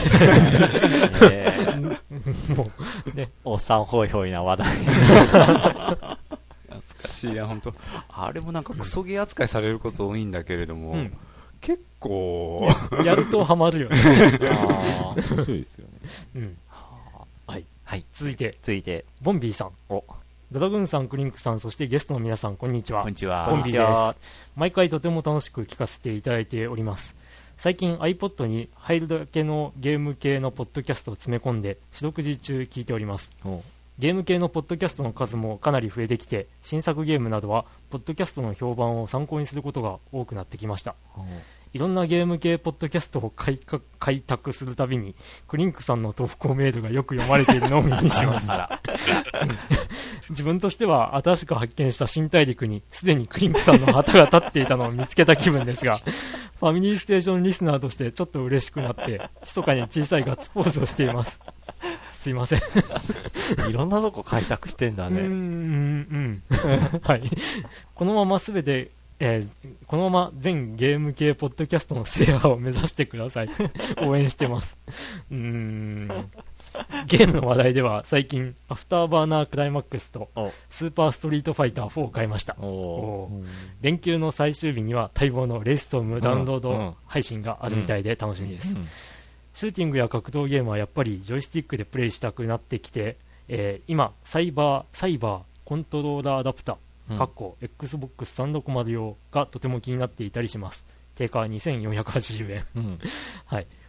もうね、おっさんホイホイな話題懐かしいや本当。あれもなんかクソゲー扱いされること多いんだけれども、うん、結構やるとハマるよねあ面白いですよね、うん、 はい、はい、続いて続いてボンビーさん、おドラグーンさん、クリンクさん、そしてゲストの皆さん、こんにちは。 こんにちは。 ボンビーです。毎回とても楽しく聞かせていただいております。最近 iPod に入るだけのゲーム系のポッドキャストを詰め込んで四六時中聞いております。ゲーム系のポッドキャストの数もかなり増えてきて、新作ゲームなどはポッドキャストの評判を参考にすることが多くなってきました。いろんなゲーム系ポッドキャストを開開拓するたびにクリンクさんの投稿メールがよく読まれているのを耳にします自分としては新しく発見した新大陸にすでにクリンクさんの旗が立っていたのを見つけた気分ですがファミリーステーションリスナーとしてちょっと嬉しくなって密かに小さいガッツポーズをしています。すいませんいろんなとこ開拓してんだね。うんうんはいこのまま全てえー、このまま全ゲーム系ポッドキャストの制覇を目指してください応援してます。うーんゲームの話題では最近アフターバーナークライマックスとスーパーストリートファイターフォーを買いました。お連休の最終日には待望のレイストームダウンロード配信があるみたいで楽しみです。シューティングや格闘ゲームはやっぱりジョイスティックでプレイしたくなってきて、えー、今サイバーサイバーコントローラーアダプターかっこ エックスボックスさんびゃく用がとても気になっていたりします。定価はにせんよんひゃくはちじゅうえん、うんはい、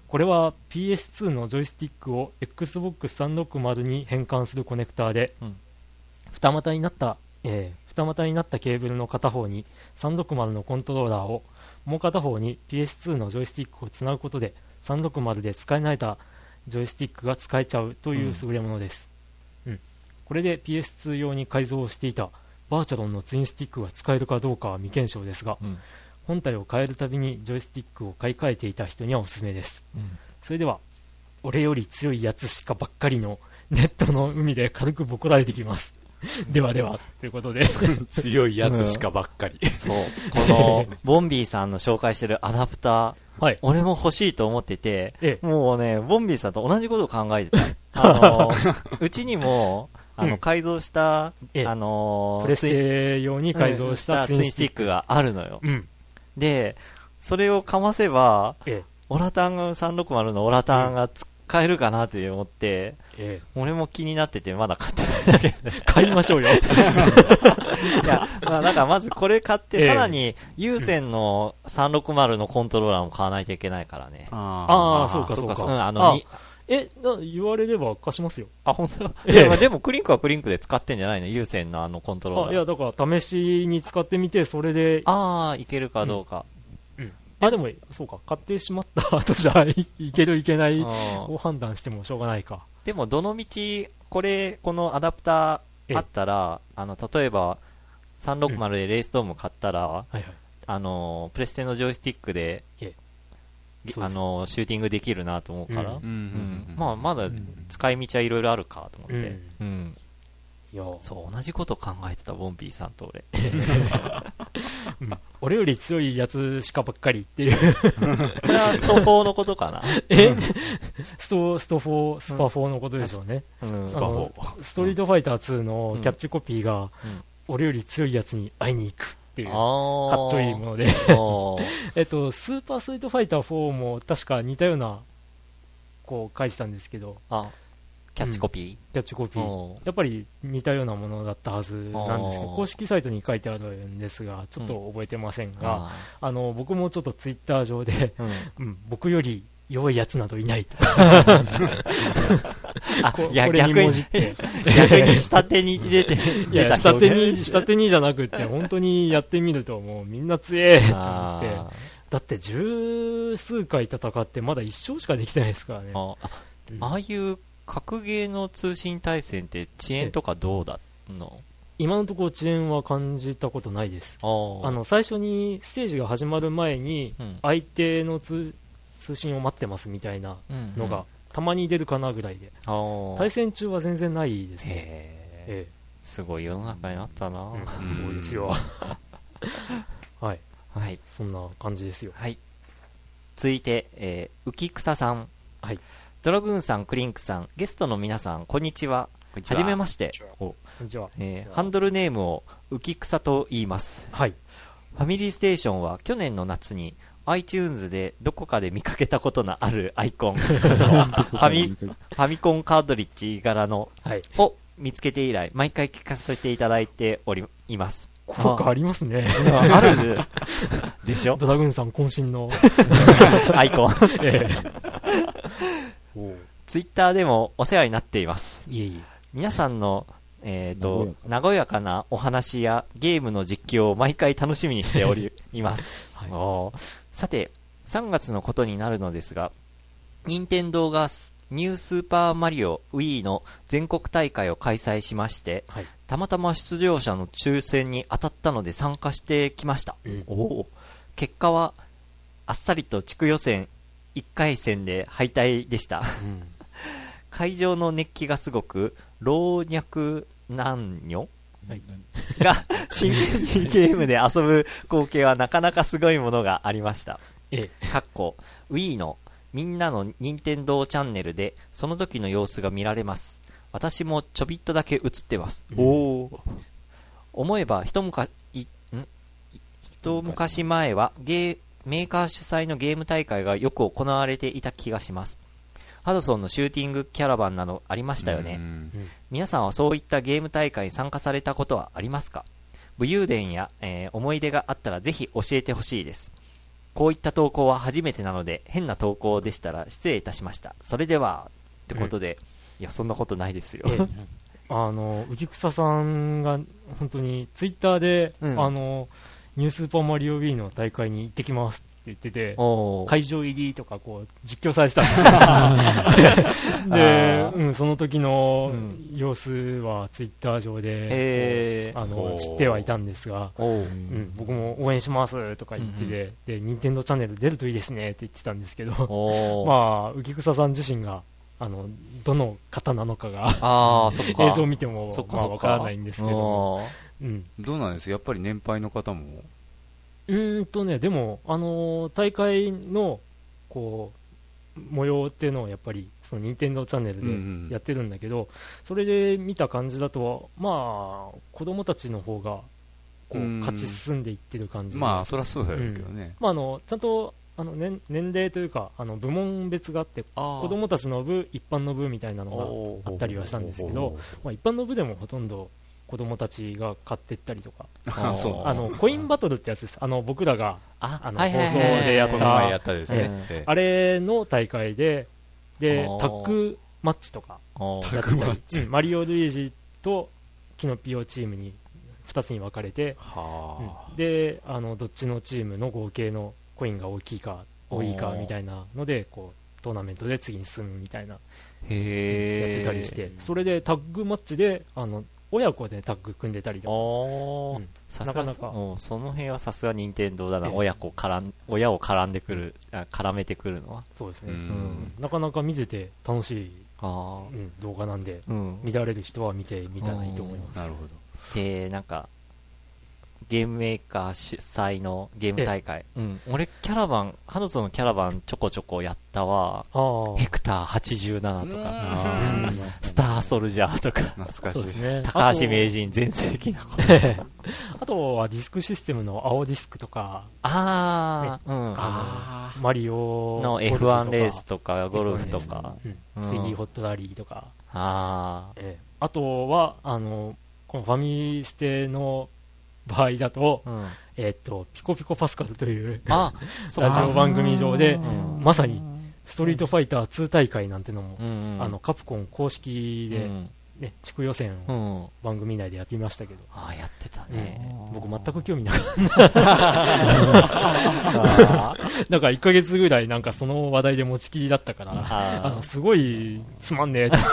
これは ピーエスツー のジョイスティックを エックスボックスさんびゃくろくじゅう に変換するコネクターで、うん、二股になった、えー、二股になったケーブルの片方にさんびゃくろくじゅうのコントローラーを、もう片方に ピーエスツー のジョイスティックをつなぐことでさんびゃくろくじゅうで使い慣れたジョイスティックが使えちゃうという優れものです、うんうん、これで ピーエスツー 用に改造をしていたバーチャロンのツインスティックが使えるかどうかは未検証ですが、うん、本体を変えるたびにジョイスティックを買い替えていた人にはおすすめです、うん、それでは俺より強いやつしかばっかりのネットの海で軽くボコられてきますではではということで強いやつしかばっかり、 うん、そうこのボンビーさんの紹介してるアダプター、はい、俺も欲しいと思ってて、ええ、もうねボンビーさんと同じことを考えてたあのうちにもあの、うん、改造した、 ええ、 あのー、プレステ用に改造したツインスティックがあるのよ、 うん、 でそれをかませば、ええ、オラタンさんびゃくろくじゅうのオラタンが使えるかなって思って、ええ、俺も気になっててまだ買ってないんだけど、ね、 買いましょうよいや、まあだからまずこれ買って、ええ、さらに有線のさんびゃくろくじゅうのコントローラーも買わないといけないからね。 ああ、そうかそうか。 うん、あの、にえ、な、言われれば貸しますよ。 あ、本当？いや、まあでもクリンクはクリンクで使ってんじゃないの？有線のあのコントローラー。 あ、いや、だから試しに使ってみて、それで。 ああ、いけるかどうか。 うん。うん、あ、でも、そうか、買ってしまった後じゃい、いけるいけないを判断してもしょうがないか。 でも、どの道、これ、このアダプターあったら、あの、例えば、さんびゃくろくじゅうでレイストーム買ったら、うん、はいはい、あの、プレステのジョイスティックで、あのシューティングできるなと思うから、うんうんうん、まあまだ使い道はいろいろあるかと思って、うんうん、いやそう同じこと考えてたボンビーさんと俺、 うん、俺より強いやつしかばっかりっていうこれはストフォーのことかなえストストフォースパフォーのことでしょうね、うんうん、スパフォーストリートファイターツーのキャッチコピーが、うんうん、俺より強いやつに会いに行くっていうかっちょいいものでえっとスーパーストリートファイターフォーも確か似たようなこう書いてたんですけど、 あキャッチコピー、うん、 キャッチコピーやっぱり似たようなものだったはずなんですけど、公式サイトに書いてあるんですがちょっと覚えてませんが、うん、あの僕もちょっとツイッター上で、うんうん、僕より弱いやつなどいないとあいや逆に逆に下手に出ていや下手に下手にじゃなくて本当にやってみるともうみんな強えと思ってだって十数回戦ってまだ一勝しかできてないですからね。 あ, あ, うん、ああいう格ゲーの通信対戦って遅延とかどうだの？ 今のところ遅延は感じたことないです。あの最初にステージが始まる前に相手の通通信を待ってますみたいなのがたまに出るかなぐらいで、うんうん、対戦中は全然ないですね。 ええ、すごい世の中になったな、うん、 そうですよはい、はい、そんな感じですよ。 はい、続いて、えー、浮草さん、はい、ドラグーンさん、クリンクさん、ゲストの皆さんこんにちは。はじめまして。 こんにちは。 えー、ハンドルネームを浮草と言います。はい。ファミリーステーションは去年の夏にiTunes でどこかで見かけたことのあるアイコンファミファミコンカートリッジ柄の、はい、を見つけて以来毎回聞かせていただいておりいます。 効果ありますね。 あるでしょ。 ドラグーンさん渾身のアイコン、ええ、ツイッターでもお世話になっています。いえいえ、皆さんのえーと、和やかなお話やゲームの実況を毎回楽しみにしております、はい、おさてさんがつのことになるのですが、任天堂がニュースーパーマリオ Wii の全国大会を開催しまして、はい、たまたま出場者の抽選に当たったので参加してきました、うん、お結果はあっさりと地区予選いっかい戦で敗退でした、うん、会場の熱気がすごく老若男女、はい、が真剣にゲームで遊ぶ光景はなかなかすごいものがありました。ええ、かっこ Wii のみんなの任天堂チャンネルでその時の様子が見られます。私もちょびっとだけ映ってます。うん、おー、思えば一昔いん一昔前はゲーメーカー主催のゲーム大会がよく行われていた気がします。ハドソンのシューティングキャラバンなどありましたよね。うん、皆さんはそういったゲーム大会に参加されたことはありますか？武勇伝や、えー、思い出があったらぜひ教えてほしいです。 こういった投稿は初めてなので、変な投稿でしたら失礼いたしました。それでは、ってことで、うん、いや、そんなことないですよ。ええ、 あの、浮草さんが、本当に、ツイッターで、うん、あの、ニュースーパーマリオ Wii の大会に行ってきますって言ってて、会場入りとか、こう、実況されてたんですよ。で、うん、その時の様子はツイッター上で、あの、知ってはいたんですが、うん、僕も応援しますとか言ってて、うん、で、任天堂チャンネル出るといいですねって言ってたんですけど、まあ、浮草さん自身が、あの、どの方なのかが、あそっか映像を見ても、まあ、わからないんですけど、 うん、どうなんですやっぱり年配の方もうーんとね、でも、あのー、大会の、こう、模様っていうのをやっぱり、その任天堂チャンネルでやってるんだけど、うんうん、それで見た感じだと、まあ、子供たちの方が、こう、勝ち進んでいってる感じで。 まあ、そりゃそうだけどね。うん、 まあ、あの、ちゃんと、あの年年齢というかあの部門別があって子供たちの部一般の部みたいなのがあったりはしたんですけど、まあ、一般の部でもほとんど子供たちが買っていったりとかあのコインバトルってやつです。あの僕らがあの放送でやったあれの大会ででタッグマッチとかやってたり、うん、マリオ・ルイージとキノピオチームにふたつに分かれて、うん、であのどっちのチームの合計のコインが大きいか多いかみたいなのでこうトーナメントで次に進むみたいなへやってたりして、それでタッグマッチであの親子でタッグ組んでたりとか、うん、なかなかその辺はさすが任天堂だな、親子絡ん親を絡んでくる絡めてくるのはそうですね、うん、なかなか見てて楽しいあ、うん、動画なんで、うん、見られる人は見てみたらいいと思います。 なるほど。でなんかゲームメーカー主催のゲーム大会、うん、俺キャラバンハドソンのキャラバンちょこちょこやったわ。ヘクターはちじゅうななとかスターソルジャーとか懐かしいですね。高橋名人全盛期なことあとはディスクシステムの青ディスクとかあ、ね、うん、 あのマリオの エフワン レースとかゴルフとか、 うん、セギーホットラリーとかあ、ええ、あとはあのこのファミステの場合だと、うん、えー、っとピコピコパスカルというラジオ番組上でまさにストリートファイターツー大会なんてのも、うんうん、あのカプコン公式で、うんね、地区予選を番組内でやってみましたけど、うん、 ああやってたね、 うん、僕全く興味なかっただからいっかげつぐらいなんかその話題で持ちきりだったからあのすごいつまんねえだ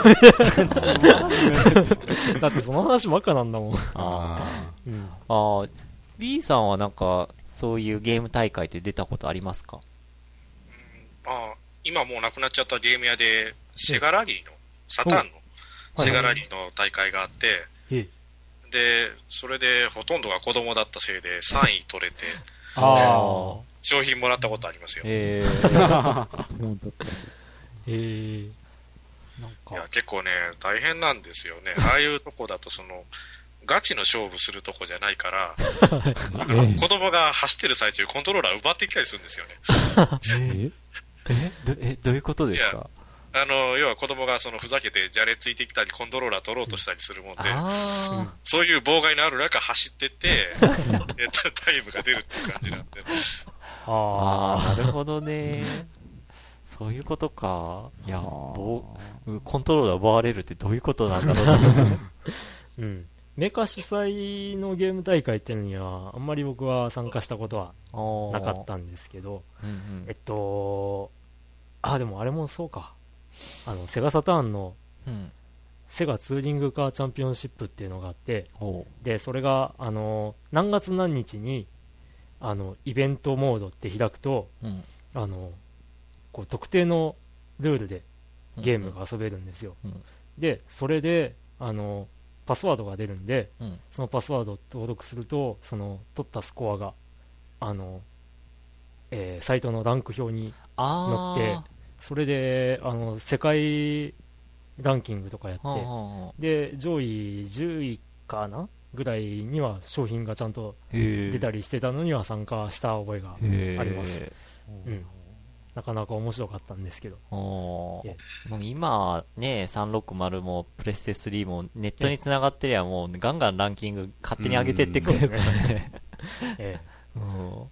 ってその話ばっかなんだもんあ、 うん、あ B さんはなんかそういうゲーム大会って出たことありますか？ うん、あ今もうなくなっちゃったゲーム屋でセガラリーのサターンのセガラリーの大会があって、はい、でそれでほとんどが子供だったせいでさんい取れてあ商品もらったことありますよ。えーえー、なんかいや結構ね大変なんですよね。ああいうとこだとそのガチの勝負するとこじゃないから子供が走ってる最中コントローラー奪ってきたりするんですよね。 ええ ど, えどういうことですか？ あの要は子供がそのふざけてじゃれついてきたりコントローラー取ろうとしたりするもんで、うん、そういう妨害のある中走ってってタイムが出るっていう感じなんでああなるほどねそういうことか。いやコントローラー奪われるってどういうことなんだろうと、 うん、メーカー主催のゲーム大会っていうのにはあんまり僕は参加したことはなかったんですけど、うんうん、えっとあでもあれもそうかあのセガサターンの、うん、セガツーリングカーチャンピオンシップっていうのがあってでそれがあの何月何日にあのイベントモードって開くと、うん、あのこう特定のルールでゲームが遊べるんですよ、うんうん、でそれであのパスワードが出るんで、うん、そのパスワードを登録するとその取ったスコアがあの、えー、サイトのランク表に載ってそれであの世界ランキングとかやって、はあはあ、で上位じゅういかなぐらいには商品がちゃんと出たりしてたのには参加した覚えがあります、うん、なかなか面白かったんですけどもう今ねさんろくまるもプレステスリーもネットにつながってりゃもうガンガンランキング勝手に上げてってくれるからね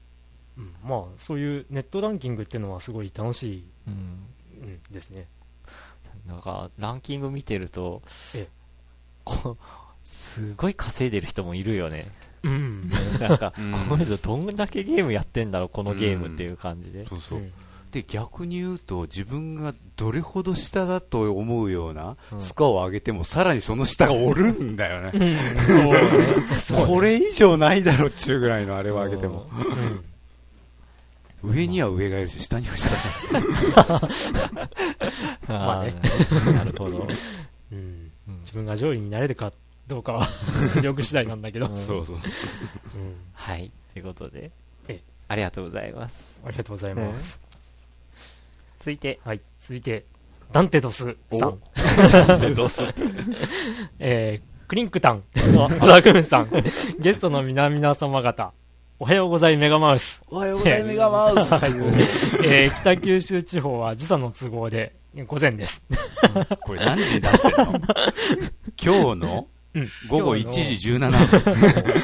うん、まあそういうネットランキングっていうのはすごい楽しい、うんうん、ですね。 なんかランキング見てるとえこすごい稼いでる人もいるよね。うん、なんか、うん、この人どんだけゲームやってんだろうこのゲームっていう感じで、うん、 そうそう、うん、で逆に言うと自分がどれほど下だと思うようなスコアを上げてもさらにその下がおるんだよね、うん、そうねそうねこれ以上ないだろうっちゅうぐらいのあれを上げても、うん、上には上がいるし下には下がまあねなるほど、うん、自分が上位になれるかどうかは気力次第なんだけど、うん、 そうそう、うん、 はいということでえありがとうございます。 ありがとうございます、 うん、続いてはい続いてダンテドスさんダンテドスえー、クリンクタンのアダグーンさんゲストの皆々様方おはようございメガマウスおはようございメガマウス、 えー、北九州地方は時差の都合で午前です、 うん、これ何時に出してるの今日のうん、午後いちじじゅうななふん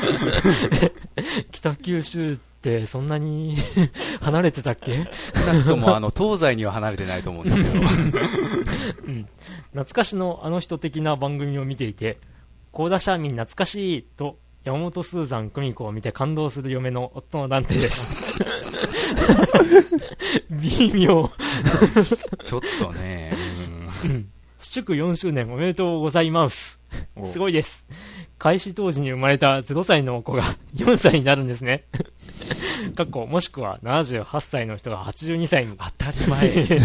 北九州ってそんなに離れてたっけ？ 少なくともあの東西には離れてないと思うんですけど、 うん、懐かしのあの人的な番組を見ていて高田シャーミン懐かしいと山本スーザン久美子を見て感動する嫁の夫の男性です微妙ちょっとね、 うん、祝よんしゅうねんおめでとうございますすごいです。開始当時に生まれたゼロさいの子がよんさいになるんですねかっこもしくはななじゅうはっさいの人がはちじゅうにさいに当たり前、うん、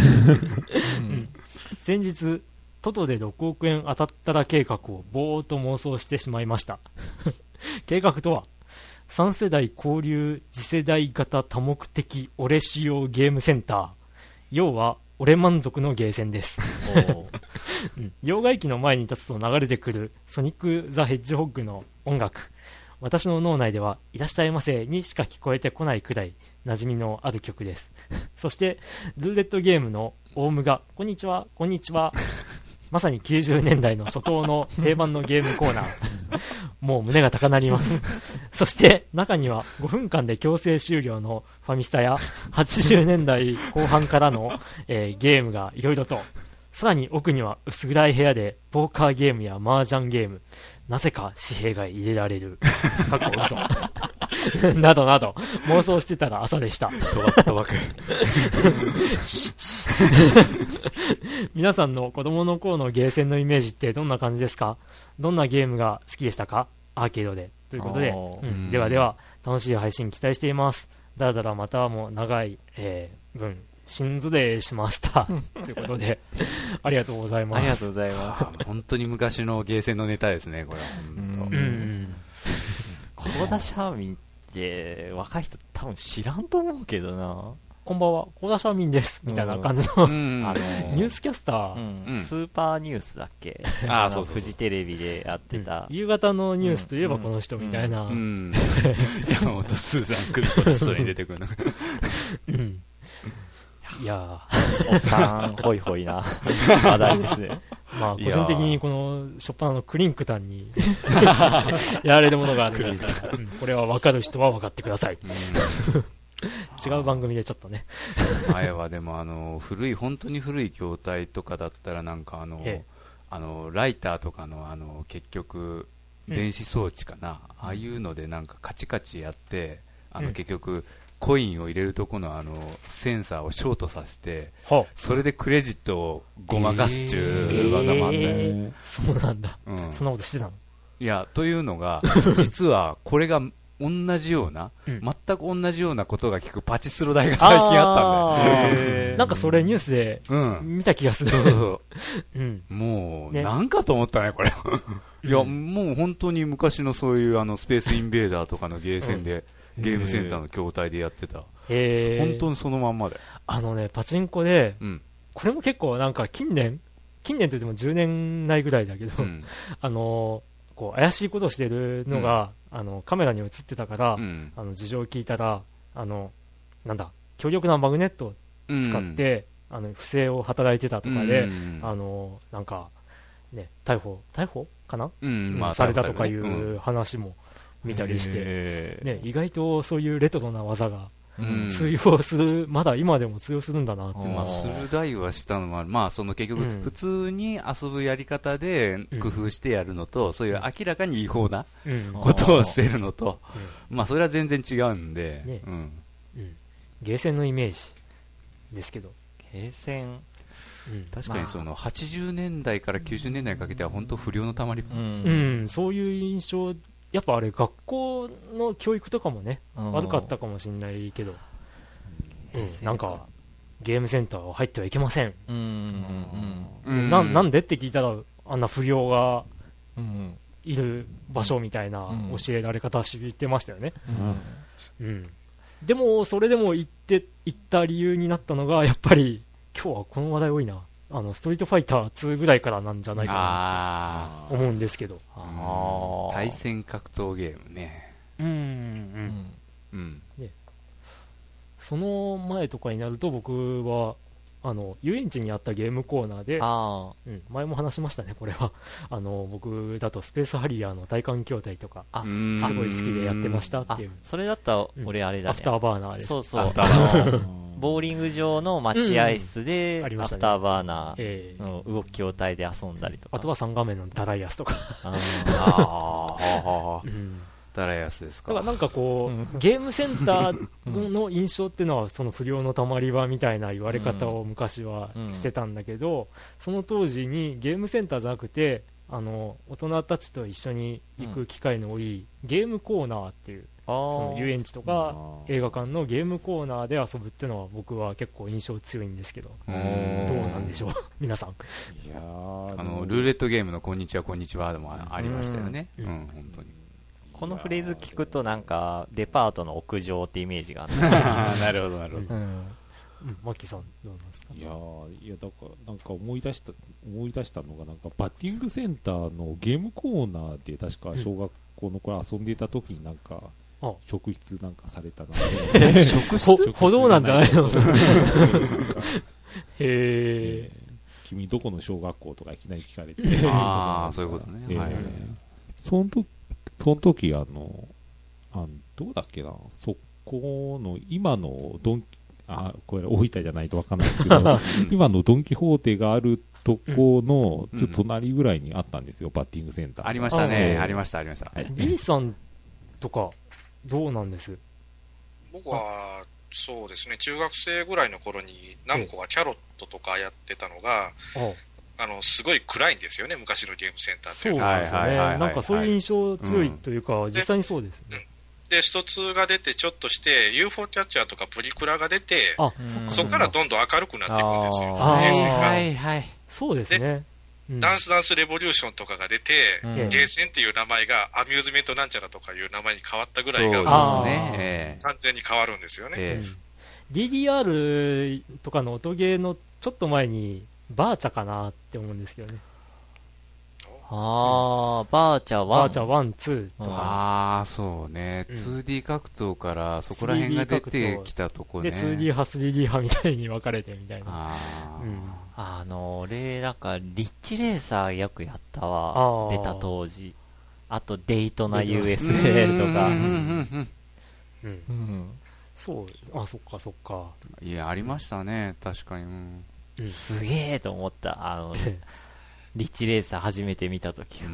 先日トトでろくおくえん当たったら計画をぼーっと妄想してしまいました計画とはさん世代交流次世代型多目的俺仕様ゲームセンター、要は俺満足のゲーセンです、うん、両替機の前に立つと流れてくるソニック・ザ・ヘッジホッグの音楽、私の脳内ではいらっしゃいませにしか聞こえてこないくらい馴染みのある曲ですそしてルーレットゲームのオウムがこんにちはこんにちはまさにきゅうじゅうねんだいの初頭の定番のゲームコーナーもう胸が高鳴りますそして中にはごふんかんで強制終了のファミスタやはちじゅうねんだいこう半からの、えー、ゲームがいろいろと、さらに奥には薄暗い部屋でポーカーゲームや麻雀ゲーム、なぜか紙幣が入れられるかっこ嘘などなど妄想してたら朝でした。 賭博賭博皆さんの子供の頃のゲーセンのイメージってどんな感じですか？どんなゲームが好きでしたか？アーケードでということで、うん、ではでは楽しい配信期待しています。だらだらまたも長い、えー、分心ずれしましたということでありがとうございます。 ありがとうございます本当に昔のゲーセンのネタですねこれ。本当、うん、 コーダシャーミンって若い人多分知らんと思うけどな。 こんばんは、コーダシャーミンですみたいな感じの、うん、あのー、ニュースキャスター、 うん、スーパーニュースだっけああそうそうフジテレビでやってた、 うん、夕方のニュースといえばこの人みたいな、うんうん、 山本スーザン久美子の人に出てくるのうんいやーおっさんホイホイな話題ですねまあ個人的にこの初っ端のクリンクタンにやられるものがあるんですが、うん、これは分かる人は分かってください、うん違う番組でちょっとね前はでもあの古い本当に古い筐体とかだったらなんかあの、ええ、あのライターとかのあの結局電子装置かな、うん、ああいうのでなんかカチカチやってあの結局コインを入れるとこのあのセンサーをショートさせて、うん、それでクレジットをごまかすっちゅう技もあって、えー、 そうなんだ、うん、そんなことしてたの？ いやというのが実はこれが同じような、うん、全く同じようなことが聞くパチスロ台が最近あったんだよ。なんかそれニュースで見た気がする。 そうそうそう、うん、もう、ね、なんかと思ったねこれいや、うん、もう本当に昔のそういうあのスペースインベーダーとかのゲーセンで、うん、ゲームセンターの筐体でやってた。本当にそのまんまで。 あのねパチンコで、うん、これも結構なんか近年近年といってもじゅうねんないぐらいだけど、うん、あのこう怪しいことをしてるのが、うん、あのカメラに映ってたから、うん、あの事情を聞いたらあのなんだ強力なマグネットを使って、うん、あの不正を働いてたとかで、うん、あのなんかね逮捕逮捕かな、うんまあ、されたとかいう話も見たりして、ね、意外とそういうレトロな技が通用する、まだ今でも通用するんだなって。 まあ、する代はしたのは、まあ、その結局、普通に遊ぶやり方で工夫してやるのと、うん、そういう明らかに違法なことをしてるのと、うん、まあ、それは全然違うんで、ね、うん。 うん。ゲーセンのイメージですけど。 ゲーセン、うん、 確かにそのはちじゅうねんだいからきゅうじゅうねんだいにかけては本当不良のたまり、 うん、うん、そういう印象、やっぱあれ学校の教育とかもね、悪かったかもしれないけど、うん、なんかゲームセンターは入ってはいけません、うんうんうん、な, なんでって聞いたらあんな不良がいる場所みたいな教えられ方してましたよね、うんうん、でもそれでも行って行った理由になったのがやっぱり今日はこの話題多いな、あのストリートファイターツーぐらいからなんじゃないかなと思うんですけど、 あ対戦格闘ゲームね、うんうんうん、ね、その前とかになると僕はあの遊園地にあったゲームコーナーで、あ、うん、前も話しましたねこれはあの僕だとスペースハリアーの体感筐体とかすごい好きでやってましたっていう。 それだったら俺あれだね、 アフターバーナーです。 そうそう、アフターバーナーボーリング場の待合室で、うん、アフターバーナーの動き筐体で遊んだりとか、 あとはさん画面のダライアスとかああ、うん、ダライアスですか。 だからなんかこうゲームセンターの印象っていうのはその不良のたまり場みたいな言われ方を昔はしてたんだけど、その当時にゲームセンターじゃなくてあの大人たちと一緒に行く機会の多いゲームコーナーっていう、その遊園地とか映画館のゲームコーナーで遊ぶっていうのは僕は結構印象強いんですけど、どうなんでしょう皆さん。 いやあのルーレットゲームのこんにちはこんにちはでもありましたよね、うん、うん、本当にこのフレーズ聞くとなんかデパートの屋上ってイメージがあるなるほどなるほど、うんうん、マッキーさんどうなんですか。 いやいやだからなんか思い出した思い出したのがなんかバッティングセンターのゲームコーナーで確か小学校の頃遊んでいた時になんか、うん、職質なんかされたので職質歩道なんじゃないのへえ君どこの小学校とかいきなり聞かれてああそういうことね、えーはい、 その時その時あのあのどうだっけな、そこの今のドンキあこれ大分じゃないと分かんないですけど今のドン・キホーテがあるとこのちょっと隣ぐらいにあったんですよ、バッティングセンター。 ありましたね、ありましたありました。 B さんとかどうなんです。 僕はそうですね、中学生ぐらいの頃にナムコがキャロットとかやってたのが、あのすごい暗いんですよね、昔のゲームセンターって。 そうですよね、なんかそういう印象強いというか、うん、実際にそうですね。 でストツーが出てちょっとして ユーフォー キャッチャーとかプリクラが出て、そこからどんどん明るくなっていくんですよ、 平成が。はいはい、そうですね。 うん、ダンスダンスレボリューションとかが出て、うん、ゲーセンっていう名前がアミューズメントなんちゃらとかいう名前に変わったぐらいが、そうですね、完全に変わるんですよね。えー、 ディーディーアール とかの音ゲーのちょっと前にバーチャかなって思うんですけどね。 ああ、バーチャワン。 バーチャワン、ツーとか。 ああ、そうね、うん。ツーディー 格闘からそこら辺が出てきたとこね。 で、ツーディー 派、スリーディー 派みたいに分かれてみたいな。 あ、うん、あの、俺、なんか、リッチレーサーよくやったわ。出た当時。あと、デイトナ ユーエスエー とか。うん。 うん。そう、あ、そっかそっか。 いや、ありましたね、確かに。 うん、すげえと思った。あの、リッチレーサー初めて見たとき。うん。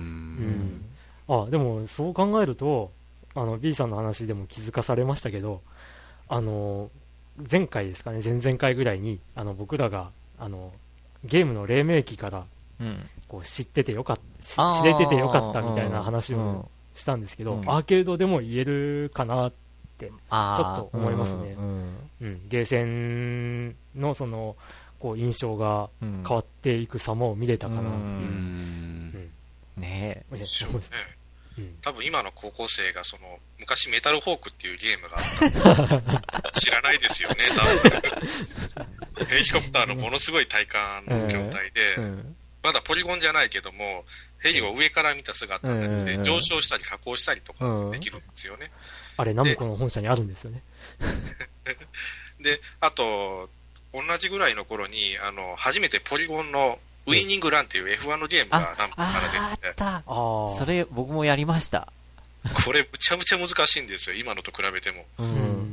あ、でもそう考えると、あの B さんの話でも気づかされましたけど、あの前回ですかね、前々回ぐらいにあの僕らがあのゲームの黎明期から、うん、こう知っててよかった、知れててよかったみたいな話をしたんですけど、うん、アーケードでも言えるかなってちょっと思いますね。うん、うん、ゲーセンのそのこう印象が変わっていく様を見れたかなっていう。うんうんねえ、 そうですね。うん、多分今の高校生がその昔メタルホークっていうゲームがあった知らないですよね。多分ヘリコプターのものすごい体感の筐体で、うん、まだポリゴンじゃないけどもヘリを上から見た姿で、うん、上昇したり加工したりとかできるんですよね。 あれナムコの本社にあるんですよね。 で、あと同じぐらいの頃にあの初めてポリゴンのウィーニングランっていう エフワン のゲームがナムコから出てて、 ああ、それ僕もやりました。 これむちゃむちゃ難しいんですよ、今のと比べても。うん、あ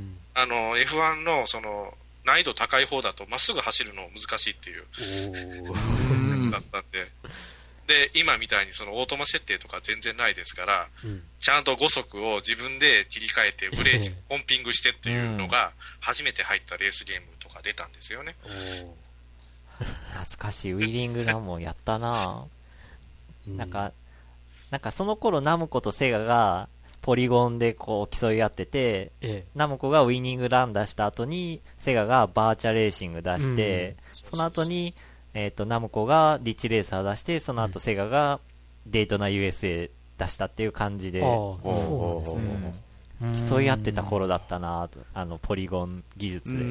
あの エフワン のその難易度高い方だとまっすぐ走るの難しいっていうだったんで、で今みたいにそのオートマ設定とか全然ないですから、うん、ちゃんとご速を自分で切り替えてブレーキポンピングしてっていうのが初めて入ったレースゲームとか出たんですよね。 懐かしい。ウィーリングランもやったななんかなんかその頃ナムコとセガがポリゴンでこう競い合ってて、ええ、ナムコがウィニングラン出した後にセガがバーチャレーシング出して、うん、その後にえっとナムコがリッチレーサー出して、その後セガがデイトナ ユーエスエー 出したっていう感じで、うん、そうですね、競い合ってた頃だったなと、あのポリゴン技術で。うん、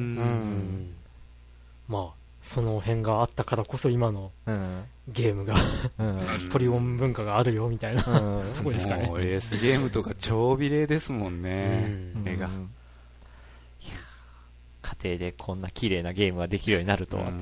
まあその辺があったからこそ今のゲームが、うん、ポリゴン文化があるよみたいな、うん、とこですかね。 もうレースゲームとか超美麗ですもんね、うん、絵が、うん、いや家庭でこんな綺麗なゲームができるようになるとは、うん、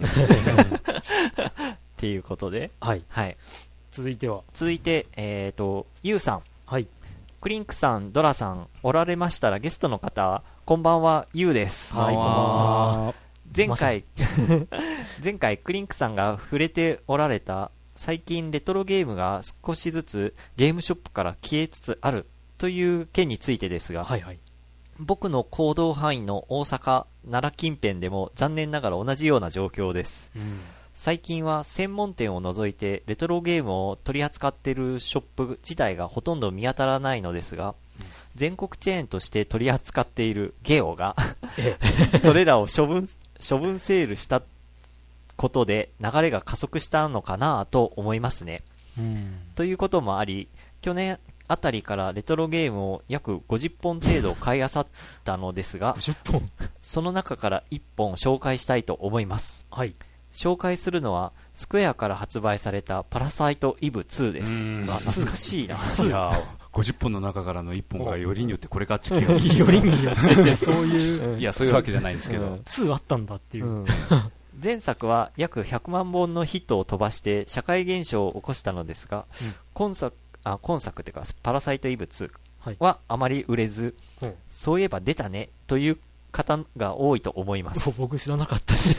っていうことで、 はい、はい、続いては続いて、えーと、ゆうさん、 はい、 クリンクさん、ドラさんおられましたらゲストの方、こんばんは、ゆうです。 はい、こんばんは。 前回前回クリンクさんが触れておられた最近レトロゲームが少しずつゲームショップから消えつつあるという件についてですが、 はいはい、 僕の行動範囲の大阪、奈良近辺でも残念ながら同じような状況です、うん、最近は専門店を除いてレトロゲームを取り扱っているショップ自体がほとんど見当たらないのですが、うん、全国チェーンとして取り扱っているゲオがそれらを処分処分セールしたことで流れが加速したのかなと思いますね、うん、ということもあり、去年あたりからレトロゲームを約ごじゅっぽん程度買い漁ったのですがごじゅっぽんその中からいっぽん紹介したいと思います、 はい、 紹介するのはスクエアから発売されたパラサイトイブツーです。あ、懐かしいな。 いやごじゅっぽんの中からのいっぽんがよりによってこれかっち気がする。よりによってそういう、 いやそういうわけじゃないんですけど、うん、 ツーあったんだっていう、うん、 前作は約ひゃくまんぼんのヒットを飛ばして社会現象を起こしたのですが、うん、今作あ今作というかパラサイトイブツーはあまり売れず、はい、そういえば出たねという方が多いと思います。 僕知らなかったし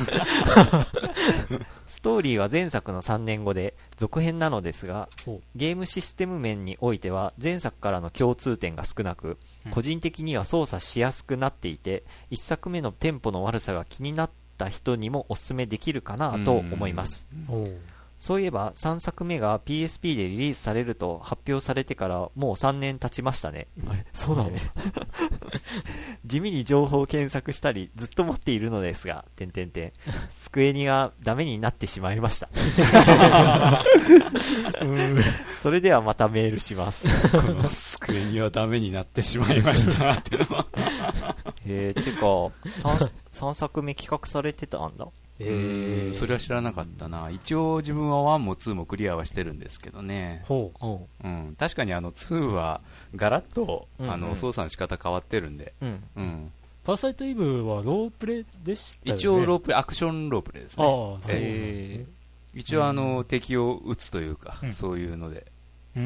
ストーリーは前作のさんねんごで続編なのですが、ゲームシステム面においては前作からの共通点が少なく、個人的には操作しやすくなっていて、いっさくめのテンポの悪さが気になった人にもおすすめできるかなと思います。そういえばさんさくめが ピーエスピー でリリースされると発表されてからもうさんねん経ちましたね。 そうだね地味に情報を検索したりずっと持っているのですが、点々点スクエニがダメになってしまいましたうんそれではまたメールしますこのスクエニはダメになってしまいましたってえー、てか 3, さんさくめ企画されてたんだ。 えー、それは知らなかったな。一応自分はワンもツーもクリアはしてるんですけどね。 ほう、 うん、確かにあのツーはガラッと、うんうん、あの操作の仕方変わってるんで、 うんうん、 パラサイトイブはロープレでしたよね。 一応ロープレ、アクションロープレですね。 ああ、そうなんですね。 一応あの、うん、敵を撃つというか、うん、そういうので、 うん、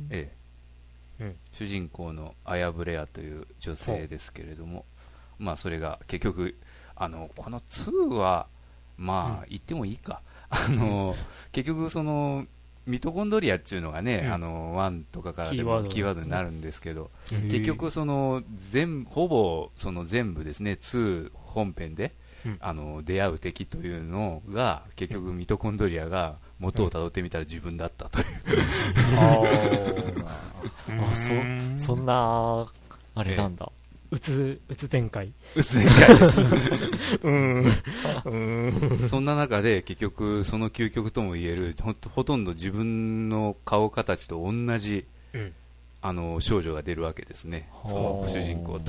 ええ、うん、主人公のアヤブレアという女性ですけれども、まあそれが結局あのこのツーはまあ、うん、言ってもいいかあの結局そのミトコンドリアっていうのがね、うん、あのワンとかからでもキーワードになるんですけど、結局その全ほぼその全部ですねツー本編で、うん、あの出会う敵というのが結局ミトコンドリアが元をたどってみたら自分だったという、 うん、ああ そ, そんなあれなんだ、 ええ、うつ、うつ展開。 うつ展開です。 うん。うん。 そんな中で結局その究極とも言える ほ, ほとんど自分の顔形と同じ、うん、あの少女が出るわけですね。その主人公と。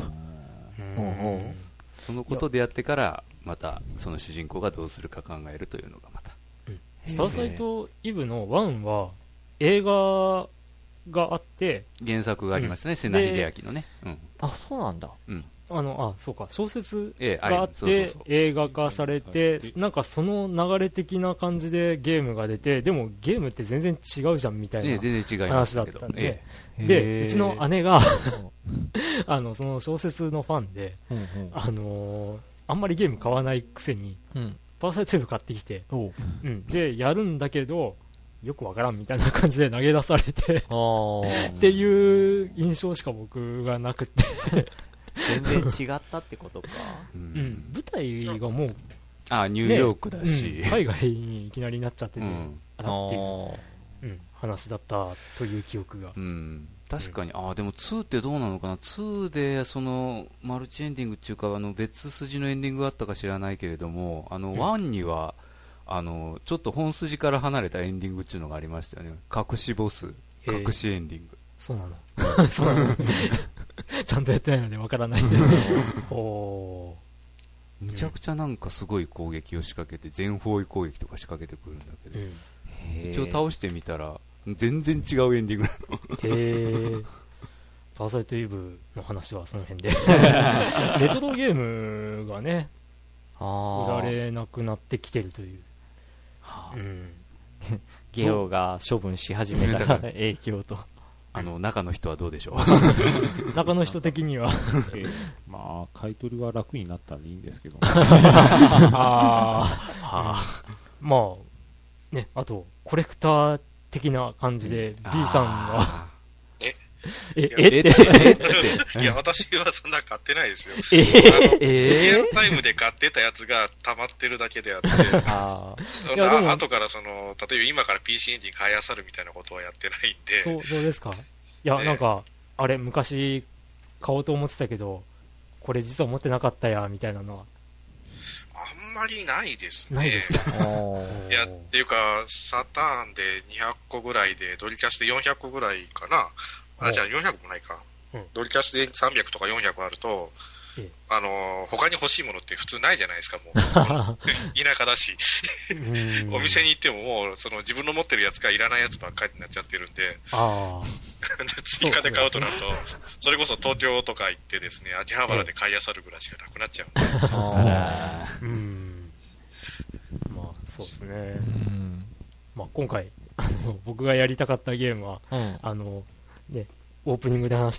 そのことでやってからまたその主人公がどうするか考えるというのがまた。 うん、スターサイトイブのワンは映画があって、 原作がありましたね、うん、瀬名秀明のね、うん、 あ、そうなんだ、 うん、あのあそうか小説があって映画化されて、なんかその流れ的な感じでゲームが出て、でもゲームって全然違うじゃんみたいな話だったんで、でうちの姉があのその小説のファンで、うんうん、あのー、あんまりゲーム買わないくせに、うん、パーサイトに買ってきて、うん、でやるんだけどよくわからんみたいな感じで投げ出されてっていう印象しか僕がなくて全然違ったってことか、 うんうん、舞台がもうあニューヨークだし、 ね、うん、海外にいきなりなっちゃってて、うん、あっていう、うん、話だったという記憶が、 うん、確かに、うん、あでもツーってどうなのかな、ツーでそのマルチエンディングっていうかあの別筋のエンディングがあったか知らないけれども、あの、うん、ワンにはあのちょっと本筋から離れたエンディングっていうのがありましたよね。隠しボス隠しエンディング。 そうなのそうなのちゃんとやってないのでわからないんでおむちゃくちゃなんかすごい攻撃を仕掛けて全方位攻撃とか仕掛けてくるんだけど、うん、一応倒してみたら全然違うエンディングなのへーパーサイトイブの話はその辺でレトロゲームがね売られなくなってきてるという、はあ、うん、 ゲオが処分し始めた影響とあの中の人はどうでしょう中の人的には、 えー、まあ買い取りは楽になったんでいいんですけどあ、はあ、まあね、あとコレクター的な感じで B さんはえええっていや私はそんな買ってないですよ。 えー、えリアルタイムで買ってたやつが溜まってるだけであってあいやでも後からその例えば今から ピーシー エンジン買いあさるみたいなことはやってないんで。 そうそうですか。いや、ね、なんかあれ昔買おうと思ってたけどこれ実は持ってなかったやみたいなのはあんまりないですね。 ないですかいやっていうかサターンでにひゃっこぐらいでドリキャスでよんひゃっこぐらいかなあ、じゃあよんひゃくもないか、うん、ドリキャスでさんびゃくとかよんひゃくあると、ええ、あの他に欲しいものって普通ないじゃないですかもう田舎だしお店に行ってももうその自分の持ってるやつがいらないやつばっかりになっちゃってるんであ追加で買うとなると そ, それこそ東京とか行ってですね秋葉原で買いあさるぐらいしかなくなっちゃうんで、ええ、あうんまあそうですね、うんまあ、今回あの僕がやりたかったゲームは、うん、あのね、オープニングで話した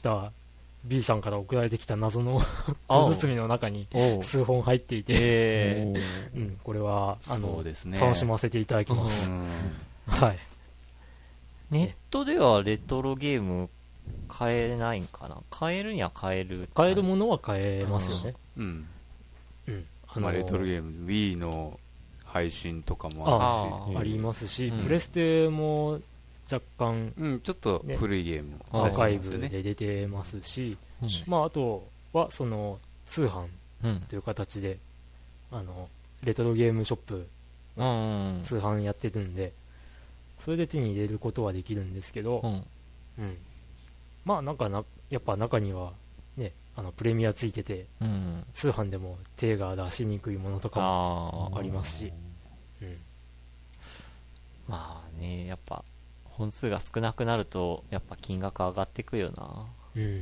B さんから送られてきた謎の小包の中に数本入っていて、うん、これはあの、ね、楽しませていただきます、はい、 ネットではレトロゲーム買えないんかな。買えるには買える買えるものは買えますよね、 うんうんあのーまあ、レトロゲーム Wii の配信とかもあるしあ, ありますし、うん、プレステも若干、 うん、ちょっと古いゲーム、ね、 アーカイブで出てますし、うんまあ、あとはその通販という形で、うん、あのレトロゲームショップ通販やってるんでそれで手に入れることはできるんですけど、うんうん、まあなんかなやっぱ中にはねあのプレミアついてて、うん、通販でも手が出しにくいものとかもありますし、うん、 まあねやっぱ本数が少なくなるとやっぱ金額上がってくよな。うん、うん、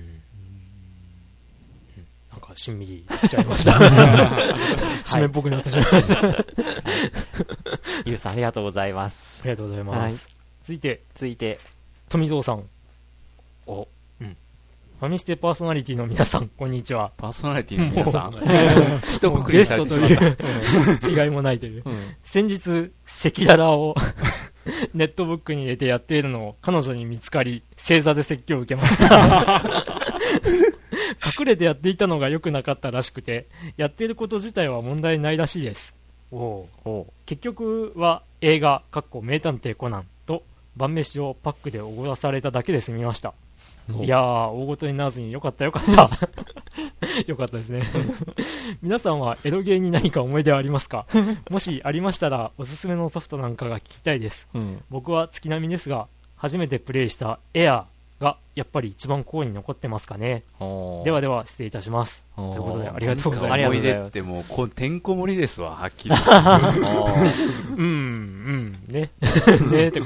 なんかしんみりしちゃいました締めっぽくなってしまいました、はい、 ゆうさんありがとうございます。 ありがとうございます、はい、続いて続いて富蔵さんお、うん、ファミステパーソナリティの皆さんこんにちは。 パーソナリティの皆さん一括りにされてしまった違いもないという、うん、先日赤裸々をネットブックに入れてやっているのを彼女に見つかり正座で説教を受けました隠れてやっていたのが良くなかったらしくてやっていること自体は問題ないらしいです。おお結局は映画かっこ名探偵コナンと晩飯をパックでおごらされただけで済みました。いやー大ごとにならずによかったよかったよかったですね皆さんはエロゲーに何か思い出はありますかもしありましたらおすすめのソフトなんかが聞きたいです、うん、僕は月並みですが初めてプレイしたエアーがやっぱり一番心に残ってますかね。ではでは失礼いたしますということでありがとうございます。 思い出ってもうこてんこ盛りですわはっきりうんうんねねとか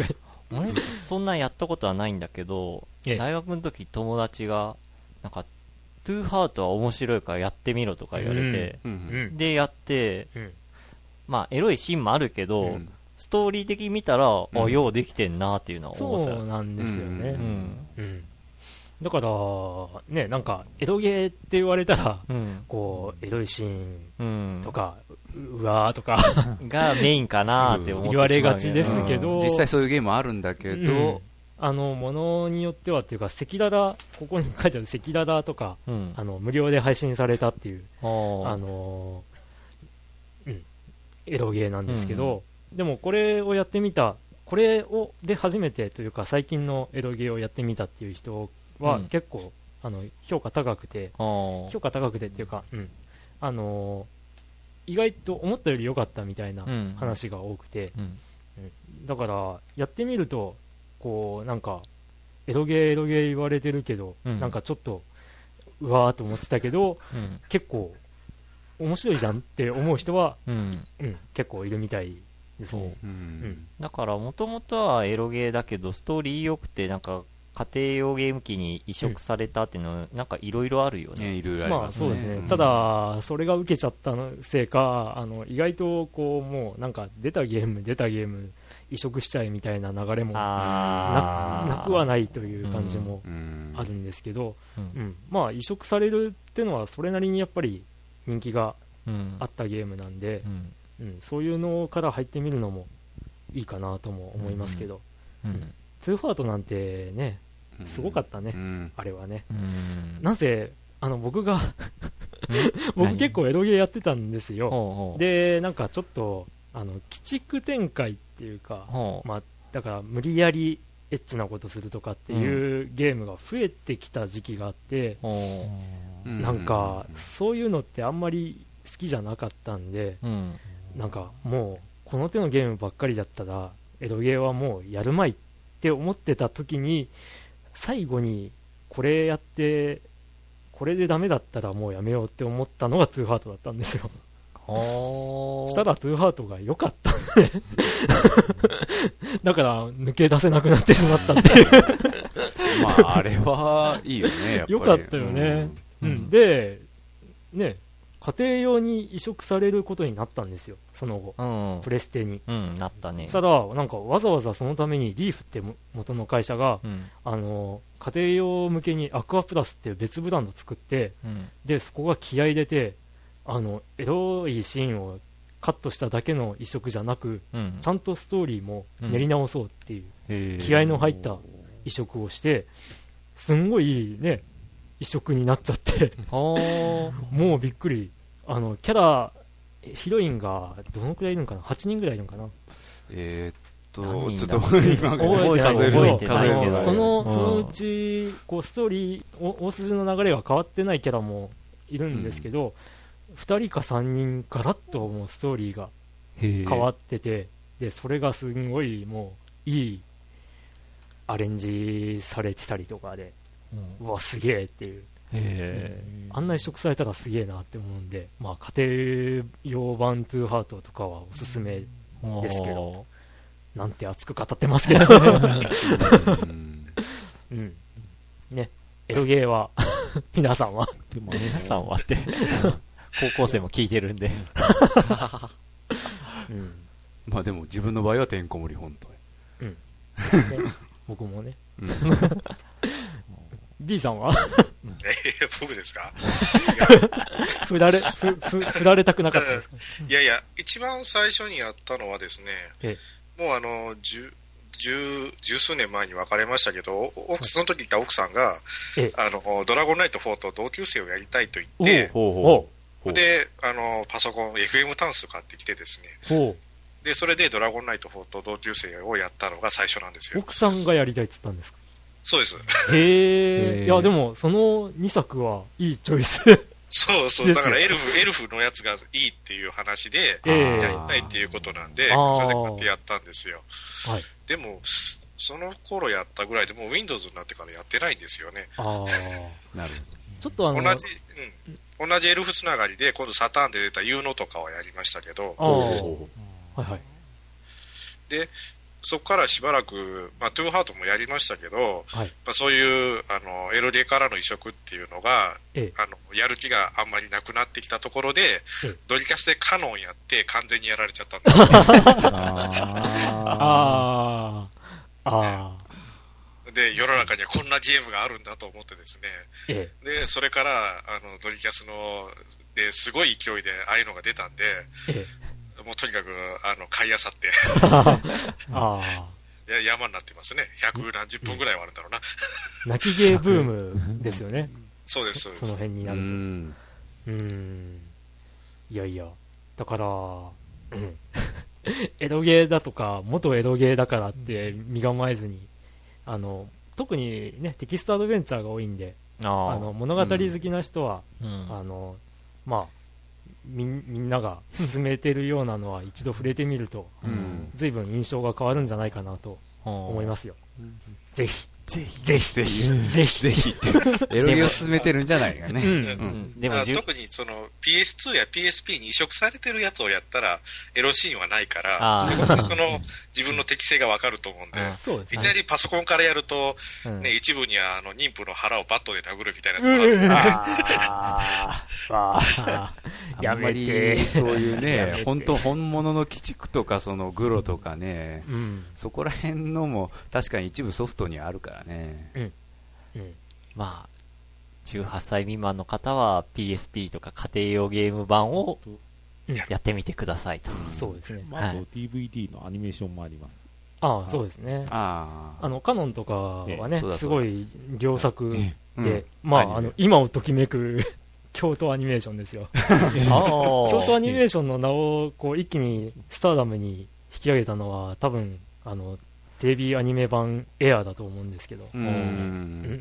俺そんなやったことはないんだけど、大学の時友達がなんかトゥーハートは面白いからやってみろとか言われて、うん、でやって、うん、まあエロいシーンもあるけど、うん、ストーリー的に見たら、うん、あ、ようできてんなっていうのは思った。 そうなんですよね、うんうん、だからね、なんかエロゲーって言われたら、うん、こうエロいシーンとか、うん、うわーとかがメインかなって思って言われがちですけど、 うん、実際そういうゲームあるんだけど、うん、 あのものによってはっていうか、赤裸々、ここに書いてある赤裸々とか、うん、あの無料で配信されたっていう、あのー、うん、エロゲーなんですけど、うん、でもこれをやってみた、これをで初めてというか最近のエロゲーをやってみたっていう人は結構、うん、あの評価高くて、評価高くてっていうか、うん、あのー、意外と思ったより良かったみたいな話が多くて、うんうん、だからやってみるとこうなんかエロゲーエロゲー言われてるけど、うん、なんかちょっとうわーと思ってたけど、うん、結構面白いじゃんって思う人は、うんうん、結構いるみたいですね。 うんうん、だからもともとはエロゲーだけどストーリー良くてなんか家庭用ゲーム機に移植されたっていうのは、うん、なんかいろいろあるよね。 いろいろありますね。 まあそうですね。うん、ただそれが受けちゃったのせいか、あの意外とこうもうなんか出たゲーム出たゲーム移植しちゃえみたいな流れもな く, なくはないという感じもあるんですけど、うんうん、まあ移植されるっていうのはそれなりにやっぱり人気があったゲームなんで、うんうん、そういうのから入ってみるのもいいかなとも思いますけど、うんうん、ツーファートなんてねすごかったね、うん、あれはね、うん、なぜあの僕が僕結構エロゲーやってたんですよ。でなんかちょっとあの鬼畜展開っていうか、まあ、だから無理やりエッチなことするとかっていうゲームが増えてきた時期があって、うん、なんかそういうのってあんまり好きじゃなかったんで、うん、なんかもうこの手のゲームばっかりだったらエロゲーはもうやるまいって思ってた時に最後にこれやってこれでダメだったらもうやめようって思ったのがトゥーハートだったんですよ。したらトゥーハートが良かったねだから抜け出せなくなってしまったっていうまああれはいいよね、やっぱり良かったよね、うんうん、でね家庭用に移植されることになったんですよ、その後、うん、プレステに、 うん、なったね。 ただなんかわざわざそのためにリーフって元の会社が、うん、あの家庭用向けにアクアプラスっていう別ブランド作って、うん、でそこが気合い入れてあのエロいシーンをカットしただけの移植じゃなく、うん、ちゃんとストーリーも練り直そうっていう、うん、気合いの入った移植をしてすんごいね移植になっちゃってもうびっくり。あのキャラヒロインがどのくらいいるのかな、はちにんぐらいいるのかな、 えー、っとちょっと今覚えてないけど、そのそのうちこうストーリー大筋の流れが変わってないキャラもいるんですけど、うん、ふたりかさんにんガラッともうストーリーが変わってて、でそれがすごいもういいアレンジされてたりとかで、うん、うわすげえっていう、へー、あんな移植されたらすげえなって思うんで、まあ、家庭用版トゥーハートとかはおすすめですけど、なんて熱く語ってますけどうん、ね、エロゲーは皆さんはでも皆さんはって高校生も聞いてるんで、 うん、まあでも自分の場合はてんこ盛り本当に、 うんね、僕もね、うん、B さんはえー、僕ですか振られ、ふ、ふ、振られたくなかったですかいやいや、一番最初にやったのはですね、ええ、もうあの、十、十、十数年前に別れましたけど、奥その時言った奥さんが、ええ、あの、ドラゴンナイトフォーと同級生をやりたいと言って、ほうほうほうで、あの、パソコン、エフエム 端数買ってきてですね、ほうで、それでドラゴンナイトフォーと同級生をやったのが最初なんですよ。 奥さんがやりたいって言ったんですか？ そうです。 へえ。いや、でも、そのにさくはいいチョイス。 そうそう。だからエルフ、エルフのやつがいいっていう話で、やりたいっていうことなんで、それで買ってやったんですよ。はい。でも、その頃やったぐらいでもう Windows になってからやってないんですよね。ああ。 なるほど。ちょっとあの、 同じ、うん。同じエルフつながりで、今度サターンで出たユーノとかはやりましたけど、ああ。はいはい。で、 そこからしばらく、まあ、トゥーハートもやりましたけど、はい、まあ、そういうあのエロゲーからの移植っていうのが、ええ、あのやる気があんまりなくなってきたところで、ええ、ドリキャスでカノンやって完全にやられちゃったんですよ。あああで世の中にはこんなゲームがあるんだと思ってですね、ええ、でそれからあのドリキャスのですごい勢いでああいうのが出たんで、ええ、もうとにかくあの買いあさってあいや山になってますね。百何十本ぐらいはあるんだろうな。 泣きゲーブームですよね。 そうですそうです。 その辺になると。うんうんいやいやだから、うん、エロゲーだとか元エロゲーだからって身構えずに、あの特にねテキストアドベンチャーが多いんで、あの物語好きな人は、うん、あのまあみ, みんなが進めてるようなのは一度触れてみると、うん、随分印象が変わるんじゃないかなと思いますよ、うん、ぜひぜひぜひぜひぜひぜひってエロゲを進めてるんじゃないかね。うんうん、 でも特にその ピーエスツー や ピーエスピー に移植されてるやつをやったらエロシーンはないからすごくその自分の適性がわかると思うんで、いきなりパソコンからやると、うんね、一部にはあの妊婦の腹をバットで殴るみたいなやつもあるんで、うん、あああんまりそういうね本当本物の鬼畜とかそのグロとかね、うん、そこら辺のも確かに一部ソフトにあるからね、うんうん、まあじゅうはっさい未満の方は ピーエスピー とか家庭用ゲーム版をやってみてくださいと、 うん、そうですね、 まあ、あと ディーブイディー のアニメーションもあります。 ああそうですね。ああのカノンとかはねすごい良作で、うん、まああの今をときめく京都アニメーションですよ。京都アニメーションの名をこう一気にスターダムに引き上げたのは多分あのテレビアニメ版エアーだと思うんですけど、うん、うん、